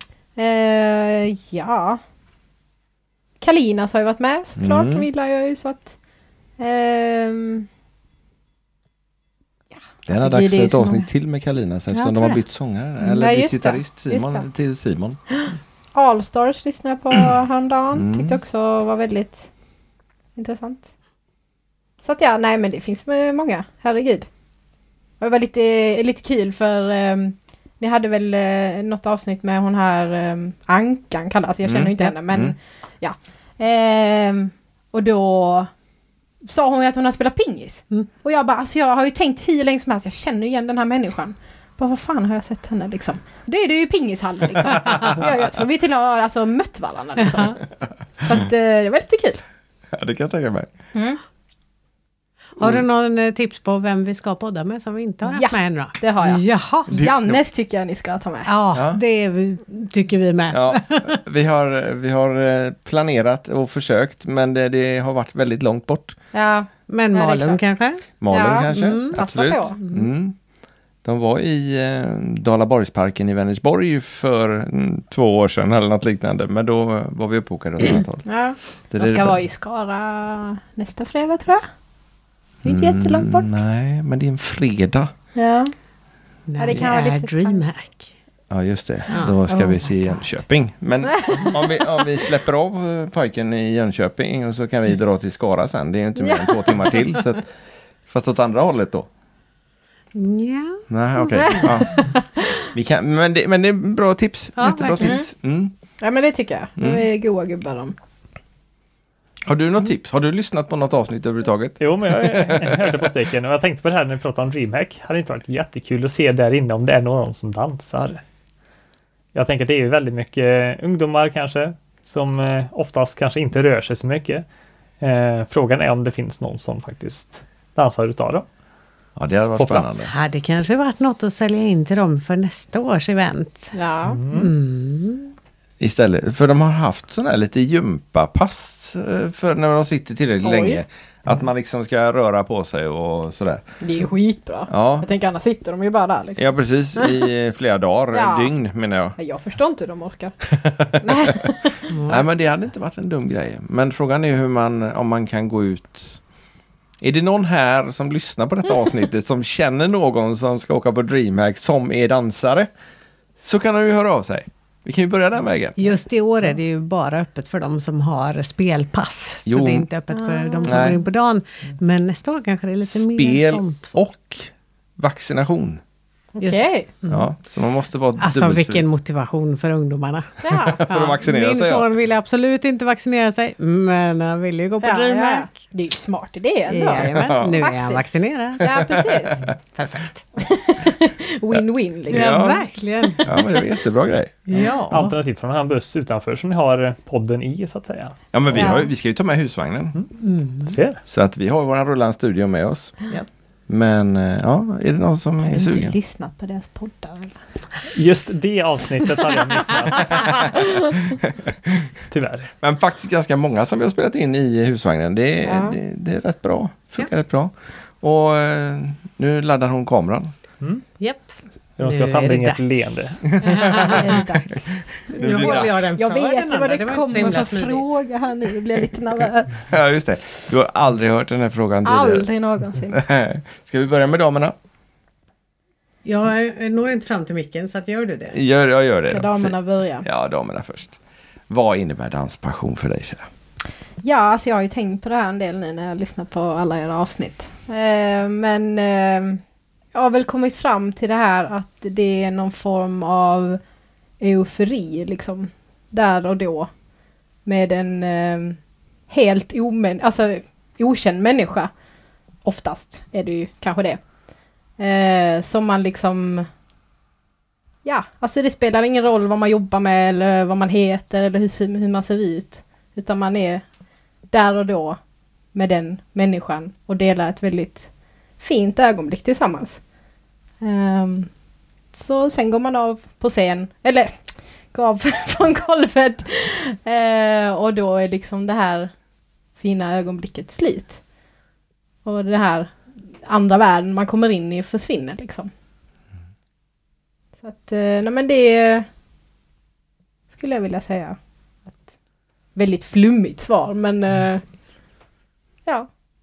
Ja. Kalinas har ju varit med såklart. De gillar jag ju så att... Det är dags för ett avsnitt till med Kalinas eftersom de har bytt sångare. Eller bytt gitarrist Simon till Simon. Allstars lyssnade jag på häromdagen. Tyckte också var väldigt intressant. Så att nej men det finns många. Herregud. Och det var lite kul för ni hade väl något avsnitt med hon här Ankan kallas. Alltså jag känner inte henne men ja. Och då sa hon ju att hon har spelat pingis. Och jag bara, alltså jag har ju tänkt hur länge som helst, jag känner igen den här människan. Bara, vad fan har jag sett henne liksom? Det är ju pingishallen liksom. jag tror vi till och med har mött varandra liksom. Så att det var lite kul. Ja, det kan jag tänka mig. Har du någon tips på vem vi ska podda med som vi inte har haft med ännu? Det har jag. Jaha. Jannes tycker jag ni ska ta med. Ja, det tycker vi med. Ja, vi har planerat och försökt men det har varit väldigt långt bort. Ja. Men Malum kanske? Malum kanske, absolut. Passa på. De var i Dalaborgsparken i Vänersborg för 2 år sedan eller något liknande. Men då var vi uppbokade åt annat håll. Ja. De ska vara i Skara nästa fredag tror jag. Det är inte jättelångt bort. Nej, men det är en fredag. Ja. Nej, det kan vara lite DreamHack. Ja, just det. Då ska vi till Jönköping. Men om vi släpper av pojken i Jönköping och så kan vi dra till Skara sen. Det är ju inte mer än 2 timmar till. Så att, fast åt andra hållet då. Ja. Nej, okej. Ja. Vi kan, men det är bra tips. Ja, jättebra tips. Ja, men det tycker jag. De är goa gubbar de. Har du något tips? Har du lyssnat på något avsnitt överhuvudtaget? Jo, men jag hörde på steken och jag tänkte på det här när vi pratade om DreamHack. Hade inte varit jättekul att se där inne om det är någon som dansar. Jag tänker att det är ju väldigt mycket ungdomar kanske som oftast kanske inte rör sig så mycket. Frågan är om det finns någon som faktiskt dansar utav dem. Ja, det hade varit spännande. Hade kanske varit något att sälja in till dem för nästa års event. Ja. Istället, för de har haft sådana här lite gympapass för när de sitter tillräckligt länge. Att man liksom ska röra på sig och sådär. Det är ju skitbra. Ja. Jag tänker annars sitter de ju bara där liksom. Ja, precis. I flera dagar, dygn menar jag. Jag förstår inte hur de orkar. Nej, men det hade inte varit en dum grej. Men frågan är om man kan gå ut. Är det någon här som lyssnar på detta avsnittet som känner någon som ska åka på DreamHack som är dansare? Så kan de ju höra av sig. Vi kan ju börja den vägen. Just i år är det ju bara öppet för de som har spelpass. Så det är inte öppet för de som går in på dagen. Men nästa år kanske det är lite mer sånt. Spel och vaccination. Okej. Ja, så man måste vara Alltså vilken motivation för ungdomarna. Ja. för att vaccinera Min sig. son ville absolut inte vaccinera sig. Men han ville ju gå på DreamHack. Det är ju smart idé ändå. Jajamän, nu är han Faktiskt. vaccinerad. Ja, precis. Perfekt. Win-win liksom. Ja, verkligen. Ja, men det är en jättebra grej. Ja. Alternativt från en buss utanför som ni har podden i så att säga. Ja, men vi ska ju ta med husvagnen. Ser. Så att vi har vår rullande studio med oss. Ja. Men är det någon som är Har du sugen? inte lyssnat på deras poddar eller? Just det avsnittet har jag missat. Tyvärr. Men faktiskt ganska många som vi har spelat in i husvagnen. Det är rätt bra. Funkar rätt bra. Och nu laddar hon kameran. Japp. De ska frambringa ett leende. Nu håller jag den Jag för vet den vad andra. det var inte så kommer himla för smidigt. fråga här nu. Jag blir lite nervös. Ja, just det. Du har aldrig hört den här frågan tidigare. Aldrig någonsin. Ska vi börja med damerna? Jag når inte fram till micken så att gör du det. Jag gör det. Ska då. damerna börja? Ja, damerna först. Vad innebär danspassion för dig, Kjell? Ja, alltså jag har ju tänkt på det här en del nu när jag lyssnar på alla era avsnitt. Men jag har väl kommit fram till det här att det är någon form av eufori liksom där och då med en helt okänd människa. Oftast är det ju kanske det. Som man liksom alltså det spelar ingen roll vad man jobbar med eller vad man heter eller hur man ser ut. Utan man är där och då med den människan och delar ett väldigt fint ögonblick tillsammans. Så sen går man av på scen, eller går av från golvet och då är liksom det här fina ögonblicket slut. Och det här andra världen man kommer in i försvinner liksom. Så att, nej men det skulle jag vilja säga. Ett väldigt flummigt svar, men ja.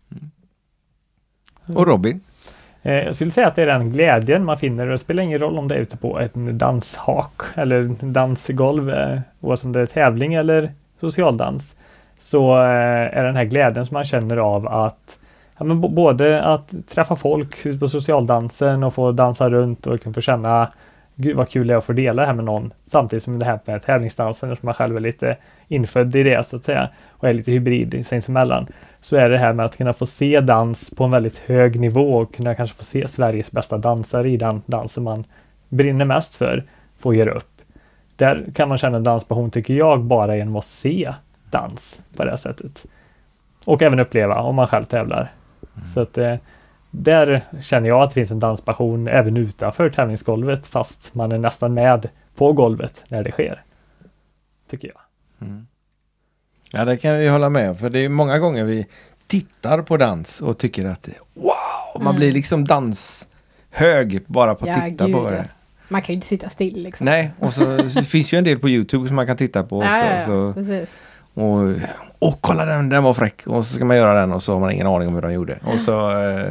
Och Robin? Jag skulle säga att det är den glädjen man finner. Det spelar ingen roll om det är ute på ett danshak eller dansgolv, oavsett om det är tävling eller socialdans. Så är den här glädjen som man känner av att både att träffa folk ute på socialdansen och få dansa runt och liksom få känna gud vad kul det är att få dela det här med någon, samtidigt som det här med tävlingsdansen, som man själv är lite infödd i det så att säga och är lite hybrid sinsemellan, så är det här med att kunna få se dans på en väldigt hög nivå och kunna kanske få se Sveriges bästa dansare i den dansen man brinner mest för, få göra upp. Där kan man känna en danspassion, tycker jag, bara genom att se dans på det här sättet. Och även uppleva om man själv tävlar. Så att där känner jag att det finns en danspassion även utanför tävlingsgolvet, fast man är nästan med på golvet när det sker. Tycker jag. Mm. Ja, det kan vi hålla med. För det är många gånger vi tittar på dans och tycker att wow, man blir liksom danshög bara på att titta på det. Man kan ju inte sitta still liksom. Nej, och så finns ju en del på YouTube som man kan titta på också. Ja, så, precis. Och kolla den var fräck. Och så ska man göra den och så har man ingen aning om hur de gjorde. Och så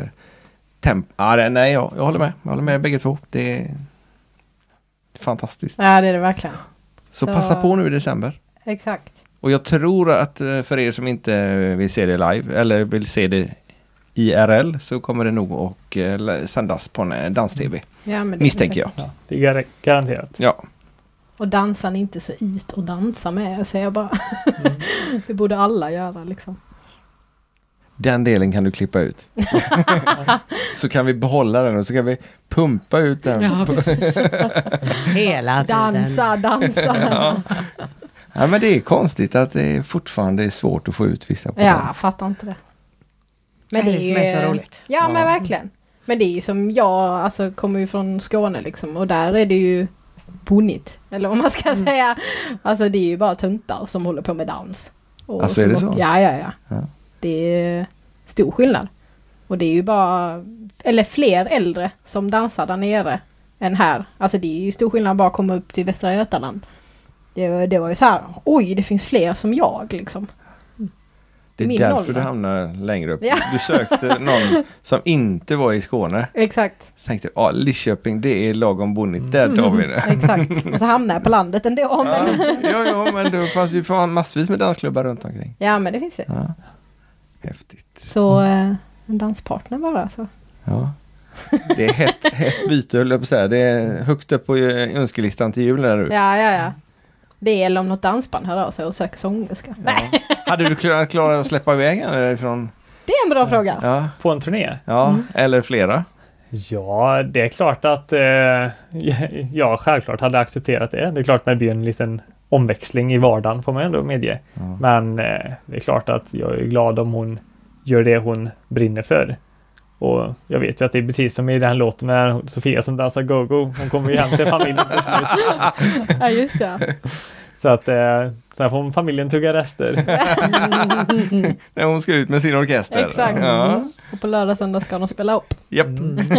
nej, jag håller med bägge två. Det är fantastiskt. Ja, det är det verkligen. Så passa på nu i december. Exakt. Och jag tror att för er som inte vill se det live eller vill se det IRL, så kommer det nog och sändas på en dans-tv. Ja, men det misstänker jag. Ja, det är garanterat. Ja. Och dansan är inte så yt att dansa med, säger jag bara. Det borde alla göra liksom. Den delen kan du klippa ut. Så kan vi behålla den och så kan vi pumpa ut den. Ja, precis. Hela tiden. Dansa. Ja, men det är konstigt att det fortfarande är svårt att få ut vissa på dans. Jag fattar inte det. Men det är som är så roligt. Ja, men verkligen. Men det är ju som jag, kommer ju från Skåne liksom, och där är det ju bonnigt, eller vad man ska säga. Alltså det är ju bara tuntar som håller på med dans. Och alltså är det så? Ja. Det är stor skillnad. Och det är ju bara, eller fler äldre som dansar där nere än här. Alltså det är ju stor skillnad bara att komma upp till Västra Götaland. Det var ju så här, oj, det finns fler som jag liksom. Det är min därför ålder. du hamnar längre upp. Ja. Du sökte någon som inte var i Skåne. Exakt. Så tänkte jag, Lidköping, det är lagom bonnigt. Där tar vi det. Exakt. Och så hamnar jag på landet ändå. Men... Ja, men det fanns ju fan massvis med dansklubbar runt omkring. Ja, men det finns ju. Ja. Häftigt. Så en danspartner bara alltså. Ja. Det är hett byte, höll jag på att säga. Det är högt upp på önskelistan till jul där nu. Ja. Det är eller om något dansband här av sig och söker sångerska. Ja. Hade du klarat att släppa iväg ifrån? Det är en bra fråga. Ja. På en turné? Ja, eller flera. Ja, det är klart att jag självklart hade accepterat det. Det är klart att det blir en liten omväxling i vardagen, får man ändå medge. Ja. Men det är klart att jag är glad om hon gör det hon brinner för. Och jag vet ju att det är precis som i den här låten med Sofia som dansar go-go. Hon kommer ju hem till familjen. Ja, just det. Så att sen får familjen tugga rester. När hon ska ut med sin orkester. Exakt. Ja. Och på lördag söndag ska de spela upp. Japp.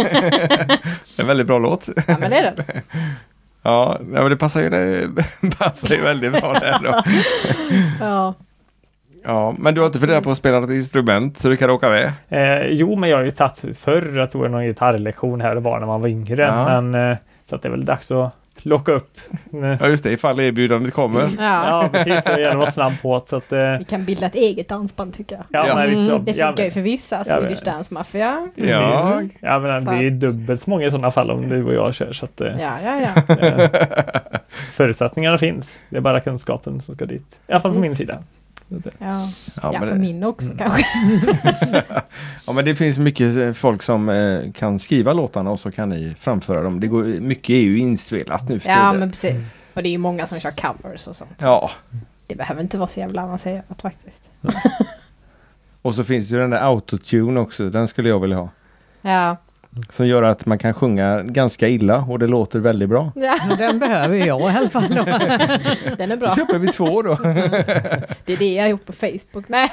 En väldigt bra låt. Ja, men det är det. Ja, men det passar ju väldigt bra där då. Ja. Ja, men du har inte funderat på att spela ett instrument så du kan åka med? Jo, men jag har ju tagit förr, jag tror någon gitarrlektion här och var när man var yngre. Ja. Men så att det är väl dags att locka upp. Ja just det, ifall erbjudandet kommer. Ja. Ja, precis. Så gäller det att vara snabb på så att... Vi kan bilda ett eget dansband tycker jag. Ja, Ja. men liksom, Det funkar ju ja, för vissa, Ja, Swedish Dance Mafia. precis. Ja. Ja, men det är ju dubbelt så många i sådana fall om du och jag kör. Så att, Ja. förutsättningarna finns. Det är bara kunskapen som ska dit. I alla fall på min sida. Ja, men för det, min också kanske. ja, men det finns mycket folk som kan skriva låtarna och så kan ni framföra dem. Det går, mycket är ju inspelat nu för Ja, tiden. men precis. Och det är ju många som kör covers och sånt. Ja, Det behöver inte vara så jävla avancerat faktiskt. och så finns det ju den där autotune också. Den skulle jag vilja ha. Ja. Som gör att man kan sjunga ganska illa och det låter väldigt bra. Ja, Den behöver jag i alla fall. Då. den är Då bra. köper vi 2 då. Det är det jag har gjort på Facebook. Nej.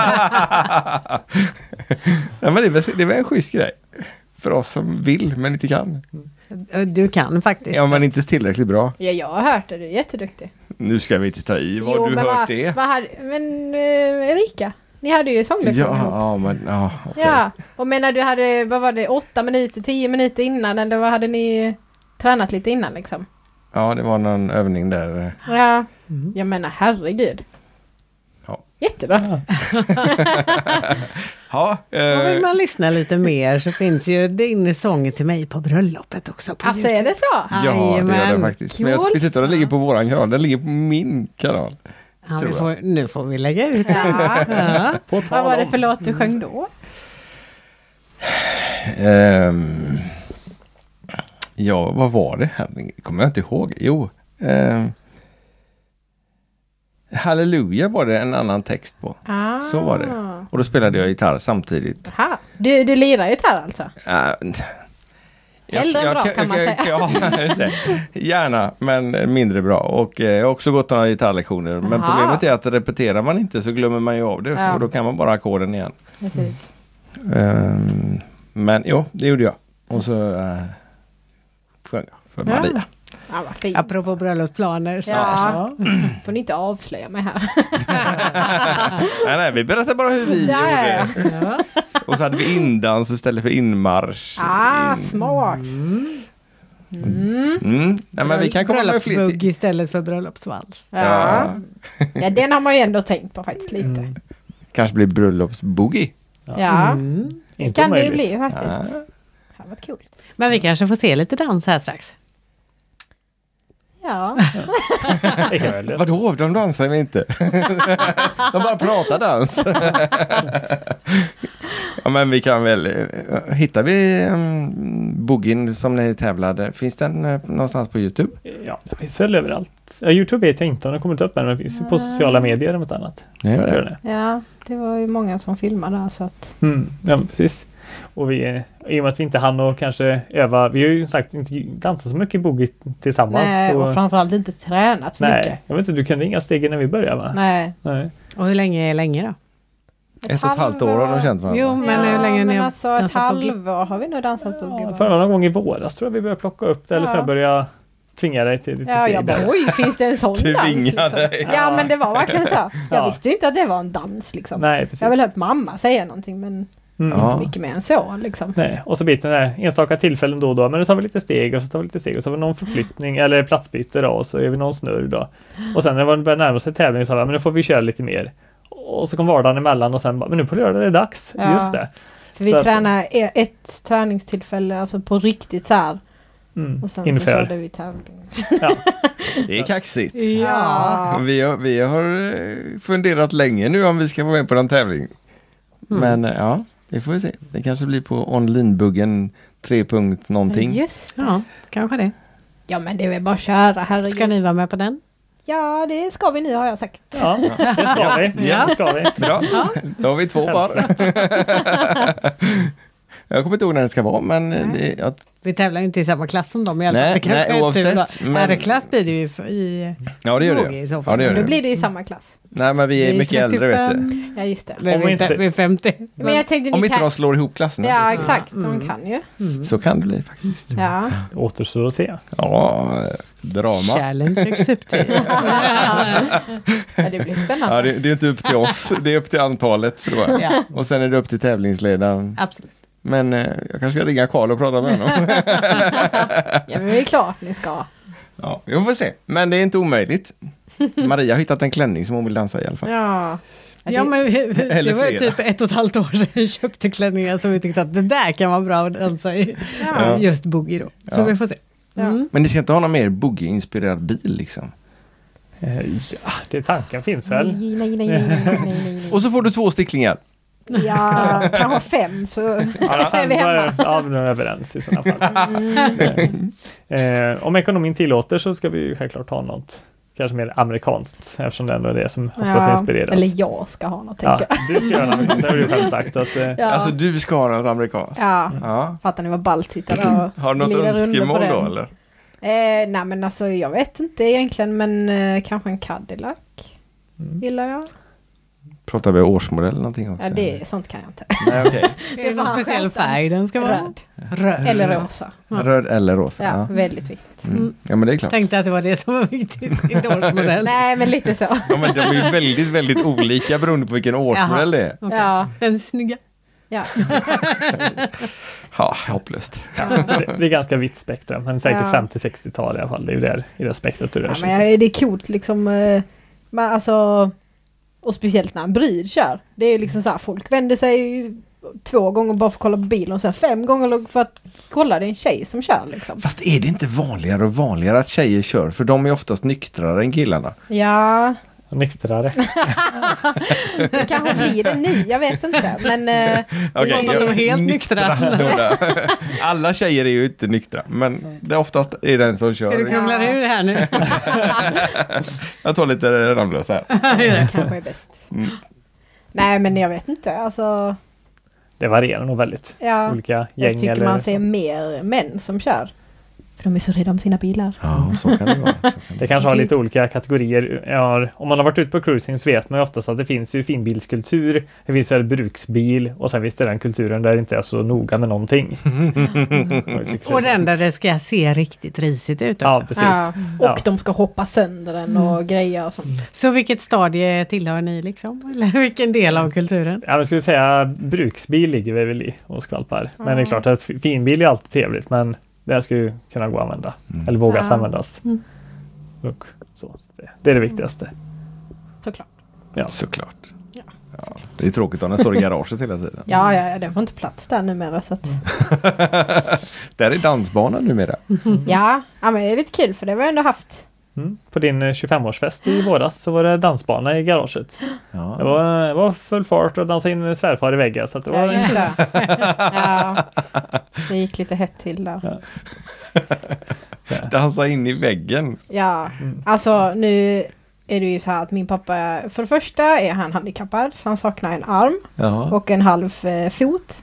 Ja, men det är väl en schysst grej. För oss som vill men inte kan. Du kan faktiskt. Ja, men inte tillräckligt bra. Ja, jag har hört det. Du är jätteduktig. Nu ska vi inte ta i. Var har du hört det? Men Erika, ni hade ju sånglektion ihop. Ja, men ja, okej. Ja, och menar du hade, vad var det, 8 minuter, 10 minuter innan eller vad hade ni tränat lite innan liksom? Ja, det var någon övning där. Ja, jag menar herregud. Ja. Jättebra. Ja, Och vill man lyssna lite mer så finns ju din sång till mig på bröllopet också på Alltså är YouTube. det så? ja, det gör det Jajamän, faktiskt. Men jag cool. vet inte om den ligger på våran kanal. Den ligger på min kanal. Ja, tror nu får vi lägga ut det. Ja. Ja. På Vad tal var det om- för låt du sjöng då? Ja, vad var det här? Kommer jag inte ihåg. Jo. Halleluja var det en annan text på. Ah. Så var det. Och då spelade jag gitarr samtidigt. Aha. Du lirar gitarr alltså? Jag- Hellre än bra, kan man säga. Ja, just det. Gärna, men mindre bra. Och jag har också gått några gitarrlektioner. Men Aha. problemet är att repeterar man inte så glömmer man ju av det. Ja. Och då kan man bara ackorden igen. Precis. Men jo, det gjorde jag. Och så sjöng jag för Ja. Maria. Ja, vad fint. Apropå bröllopsplaner så. Ja. Ja. Får ni inte avslöja mig här. Nej, vi berättar bara hur vi Ja, ja, gjorde. Ja. Och så hade vi indans istället för inmarsch. Smart. Nej, men vi kan komma med fler Bröllopsbugg till. istället för bröllopsvals. Ja. Ja, den har man ju ändå tänkt på faktiskt lite. Kanske blir bröllopsboogie. Ja, Mm. det Inte kan det ju omöjligt. bli faktiskt. Ja. Det har varit kul. Men vi kanske får se lite dans här strax. Ja, Det kan väl lösa. Vadå? De dansar vi inte. De bara pratar dans. Ja, men vi kan väl... Hittar vi boogien som ni tävlade? Finns den någonstans på YouTube? Ja, det finns väl överallt. Ja, YouTube vet jag inte om det har kommit upp än, men det finns ju på sociala medier om ett annat. Det gör Gör det. det. ja, det var ju många som filmade där så att... Ja, precis. Och vi, i och med att vi inte hann och kanske öva, vi har ju sagt inte dansat så mycket boogie tillsammans. Nej, och framförallt inte tränat mycket. nej, jag vet inte, du kunde inga steg när vi började va? Nej. Nej. Och hur länge är länge då? 1,5 år har de känt varandra. Jo, men hur länge men ni har alltså ett dansat boogie? halvår har vi nog dansat boogie. Ja, bara. förra någon gång i våras tror jag vi började plocka upp det, eller Ja. för att börja tvinga dig till lite Ja, steg jag bara, där. oj, finns det en sån dans? Tvinga Liksom? dig. Ja, men det var verkligen så. Jag Ja. visste ju inte att det var en dans liksom. Nej, precis. Jag har väl hört mamma säga någonting, men Ja. inte mycket mer än så liksom. Nej, och så blir det sådana här enstaka tillfällen då och då, men nu tar vi lite steg och så tar vi lite steg och så har vi någon förflyttning eller platsbyte då och så är vi någon snurr då. Och sen när det börjar närma sig tävling så sa vi, men nu får vi köra lite mer. Och så kom vardagen emellan och sen bara, men nu på lördag är det dags. Ja. Just det. Så vi Så att- tränar ett träningstillfälle, alltså på riktigt så här. Och sen så Inför. körde vi tävling. Ja. Det är kaxigt. Ja. Vi har funderat länge nu om vi ska vara med på en tävling. Men ja, vi får se. Det kanske blir på online-buggen 3. någonting. Just det. Ja, kanske det. Ja, men det är väl bara att köra, herregud. Ska ni vara med på den? Ja, det ska vi nu har jag sagt. Ja, det ska vi. Ja. Det ska vi. Bra, då har vi 2 par. Jag kommer inte ihåg när det ska vara, men Vi tävlar ju inte i samma klass som dem i alla fall. Nej, Det kanske nej, är tur då. oavsett, men- R-klass blir det ju i ja, det gör boogie i så det. fall. Ja, det gör Då det. blir det i samma klass. Nej, men vi är mycket äldre, vet du. Ja, just det. Det är Om vi inte, inte- vi är 50. Men jag tänkte Om ni inte kan... de slår ihop klasserna. Ja, exakt. De kan ju. Så kan det bli faktiskt. Ja. Det återstår att se. Ja, drama. Challenge accepted. Ja, det blir spännande. Ja, det är inte upp till oss, det är upp till antalet tror jag. Ja, Och sen är det upp till tävlingsledaren. absolut. Men jag kanske ska ringa Karl och prata med honom. Ja, men det är klart ni ska. Ja, vi får se. Men det är inte omöjligt. Maria har hittat en klänning som hon vill dansa i alla fall. Ja. Ja, men Eller det var flera. typ 1,5 år sedan jag köpte klänningar som vi tyckte att det där kan vara bra att dansa i. Ja. Just boogie då. Så Ja. vi får se. Mm. Men ni ska inte ha någon mer boogie-inspirerad bil liksom? Ja, det tanken finns väl. Nej. Och så får du 2 sticklingar. Ja, kanske 5 så är vi hemma. Ja, vi är överens i sådana fall. Om ekonomin tillåter så ska vi ju självklart ha något kanske mer amerikanskt eftersom det ändå är det som oftast inspireras. Eller jag ska ha något, Ja, tänker jag. du ska göra något, det har du själv sagt. Så att, Ja. Alltså du ska ha något amerikanskt. Ja, Ja. fattar ni vad ballt sitter där och Har du något glider under önskemål på den. då eller? Nej men alltså jag vet inte egentligen men kanske en Cadillac gillar jag. Pratar vi årsmodell eller någonting också? Ja, sånt kan jag inte. Nej, okej. Är det får någon han speciell sköta. färg den ska vara? Röd. Eller rosa. Röd eller rosa. Ja, Ja. väldigt viktigt. Ja, men det är klart. Tänkte att det var det som var viktigt. Inte årsmodell. Nej men lite så. Ja, men de är ju väldigt, väldigt olika beroende på vilken årsmodell det är. Okej. Ja. Den är snygga. Ja. Ja, hopplöst. ja, det är ganska vitt spektrum, men säkert Ja. 50-60-tal i alla fall. Det är ju där i det spektrat du rör Ja, sig. men det är coolt liksom. Men alltså, och speciellt när en bryd kör. Det är liksom så här, folk vänder sig 2 gånger bara för att kolla på bilen och sen 5 gånger för att kolla, det är en tjej som kör liksom. Fast är det inte vanligare och vanligare att tjejer kör? För de är oftast nyktrare än killarna. Ja, Nixtrare. det kanske blir det nu, jag vet inte. Men som att de är helt nyktra. Båda. Alla tjejer är ju inte nyktra, men det oftast är den som Ska du kör. krångla ur det här nu? Jag tar lite Ramlös här. det kanske är bäst. Nej men jag vet inte, alltså Det varierar nog väldigt. ja, Olika gäng jag tycker eller man ser så. mer män som kör. För de är så rädda om sina bilar. Ja, så kan det vara. Det kanske har lite olika kategorier. Om man har varit ute på cruising så vet man ju oftast att det finns ju finbilskultur, det finns väl bruksbil och sen finns det den kulturen där det inte är så noga med någonting. Och den där det ska se riktigt risigt ut också. Ja, precis. Ja, och Ja. de ska hoppa sönder den och grejer och sånt. Så vilket stadie tillhör ni liksom? Eller vilken del av kulturen? Ja, men skulle säga bruksbil ligger vi väl i och skvalpar. Men det är klart att finbil är alltid trevligt, men det här ska ju kunna gå att använda. Eller vågas Ja. användas. Och så. Det är det viktigaste. Såklart. Ja. Såklart. Ja. Ja, det är tråkigt om den står i garaget hela tiden. Ja, den får inte plats där numera. Så att, Där är dansbanan numera. ja, men det är lite kul för det har vi ändå haft. På din 25-årsfest i våras så var det dansbana i garaget. Ja. Det var full fart och dansa in en svärfar i väggen. Så att det Ja, var just det. Ja, det gick lite hett till där. Dansa in i väggen. Ja, alltså nu är det ju så här att min pappa, för det första är han handikappad så han saknar en arm Ja. och en halv fot.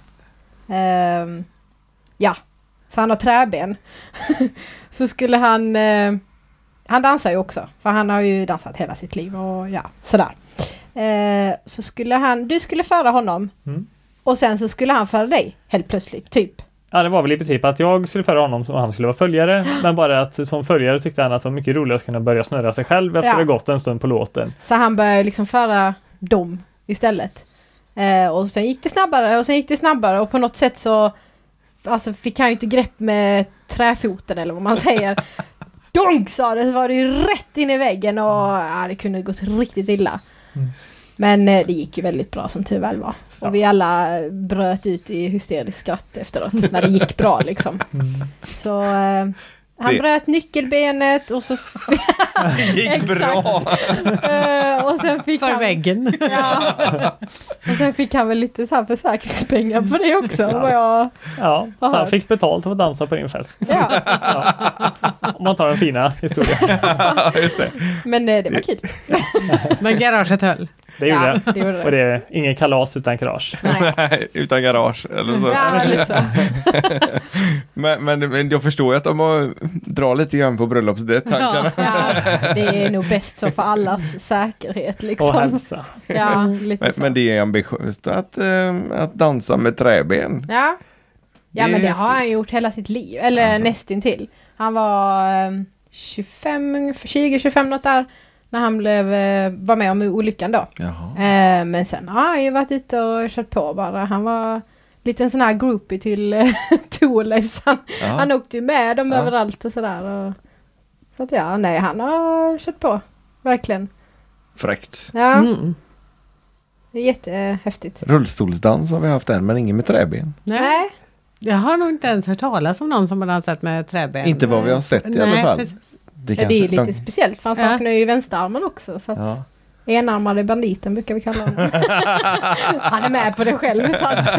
Ja, så han har träben. Så skulle han dansar ju också, för han har ju dansat hela sitt liv och ja, sådär. Så skulle du skulle föra honom och sen så skulle han föra dig helt plötsligt, typ. Ja, det var väl i princip att jag skulle föra honom och han skulle vara följare. Men bara att som följare tyckte han att det var mycket roligare att kunna börja snurra sig själv efter Ja. att ha gått en stund på låten. Så han började liksom föra dem istället. Och sen gick det snabbare och sen gick det snabbare och på något sätt så alltså fick han ju inte grepp med träfoten eller vad man säger. Donk sa det, så var det ju rätt in i väggen och ja, det kunde gått riktigt illa. Men det gick ju väldigt bra som tur väl var. Och vi alla bröt ut i hysteriskt skratt efteråt när det gick bra liksom. Så han bröt nyckelbenet och så Gick bra. och sen fick För han väggen. ja. Och sen fick han väl lite så här försäkringspengar på det också. Ja. Ja, så Aha. han fick betalt för att dansa på din fest. Ja. Om man tar den fina historien. Ja, just det. Men det var kul. Men garaget höll. Det gjorde Ja, det. det gjorde det. Och det är ingen kalas utan kalas. Nej. Utan garage eller så. Ja, lite så. Men jag förstår ju att de har drar lite grann på bröllopsdetaljerna. Ja, det är nog bäst så för allas säkerhet Och liksom. hälsa. Ja, lite så. Men det är ambitiöst att dansa med träben. Ja. Ja, Det är men det häftigt. har han gjort hela sitt liv. Eller Alltså. nästintill. Han var 20-25 något där. När han var med om olyckan då. Jaha. Men sen har han ju varit ute och kört på bara. Han var lite en sån här groupie till Thorleifs. Han åkte ju med dem Ja. överallt och sådär. Och Så att ja, nej, han har kört på. Verkligen. Fräckt. Ja, Mm. det är jättehäftigt. Rullstolsdans har vi haft än, men ingen med träben. Nej. Jag har nog inte ens hört talas om någon som har dansat med träben. Inte vad vi har sett i alla fall. Precis. Det, Det är ju lite speciellt för han Ja. saknar ju vänsterarmen också. Så att Ja. enarmade banditen brukar vi kalla honom. Han är med på det själv. Så att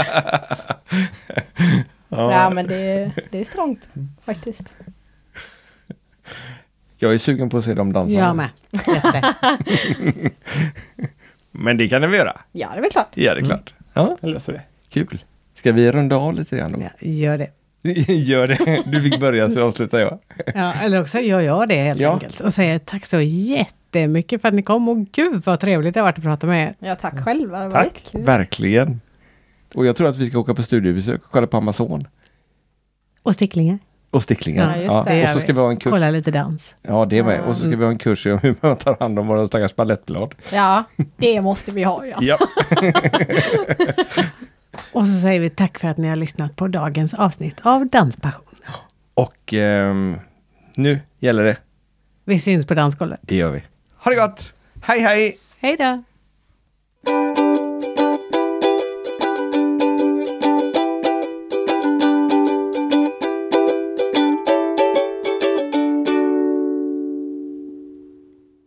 ja, men det är strångt faktiskt. Jag är sugen på att se dem dansa. Jag med. Jätte. Men det kan vi göra. Ja, det är väl klart. Ja, det är klart. Ja, Jag löser det. kul. Ska vi runda av lite grann då? Ja, gör det. Gör det. Du fick börja så avslutar jag. Ja, eller också gör jag det helt Ja. enkelt. Och säger tack så jättemycket för att ni kom. Och gud vad trevligt det har varit att prata med er. Ja, tack själva. Det var Tack. jättekul. Verkligen. Och jag tror att vi ska åka på studiebesök och kolla på Amazon. Och sticklingar. Och sticklingar. Ja, just det. Det Och gör så ska vi ha en kurs. Kolla lite dans. Ja, det är med. Och så ska vi ha en kurs i hur man tar hand om våra stackars balettblad. Ja, det måste vi ha. Alltså. Ja. Och så säger vi tack för att ni har lyssnat på dagens avsnitt av Danspassion. Och nu gäller det. Vi syns på dansgolvet. Det gör vi. Ha det gott! Hej hej! Hej då!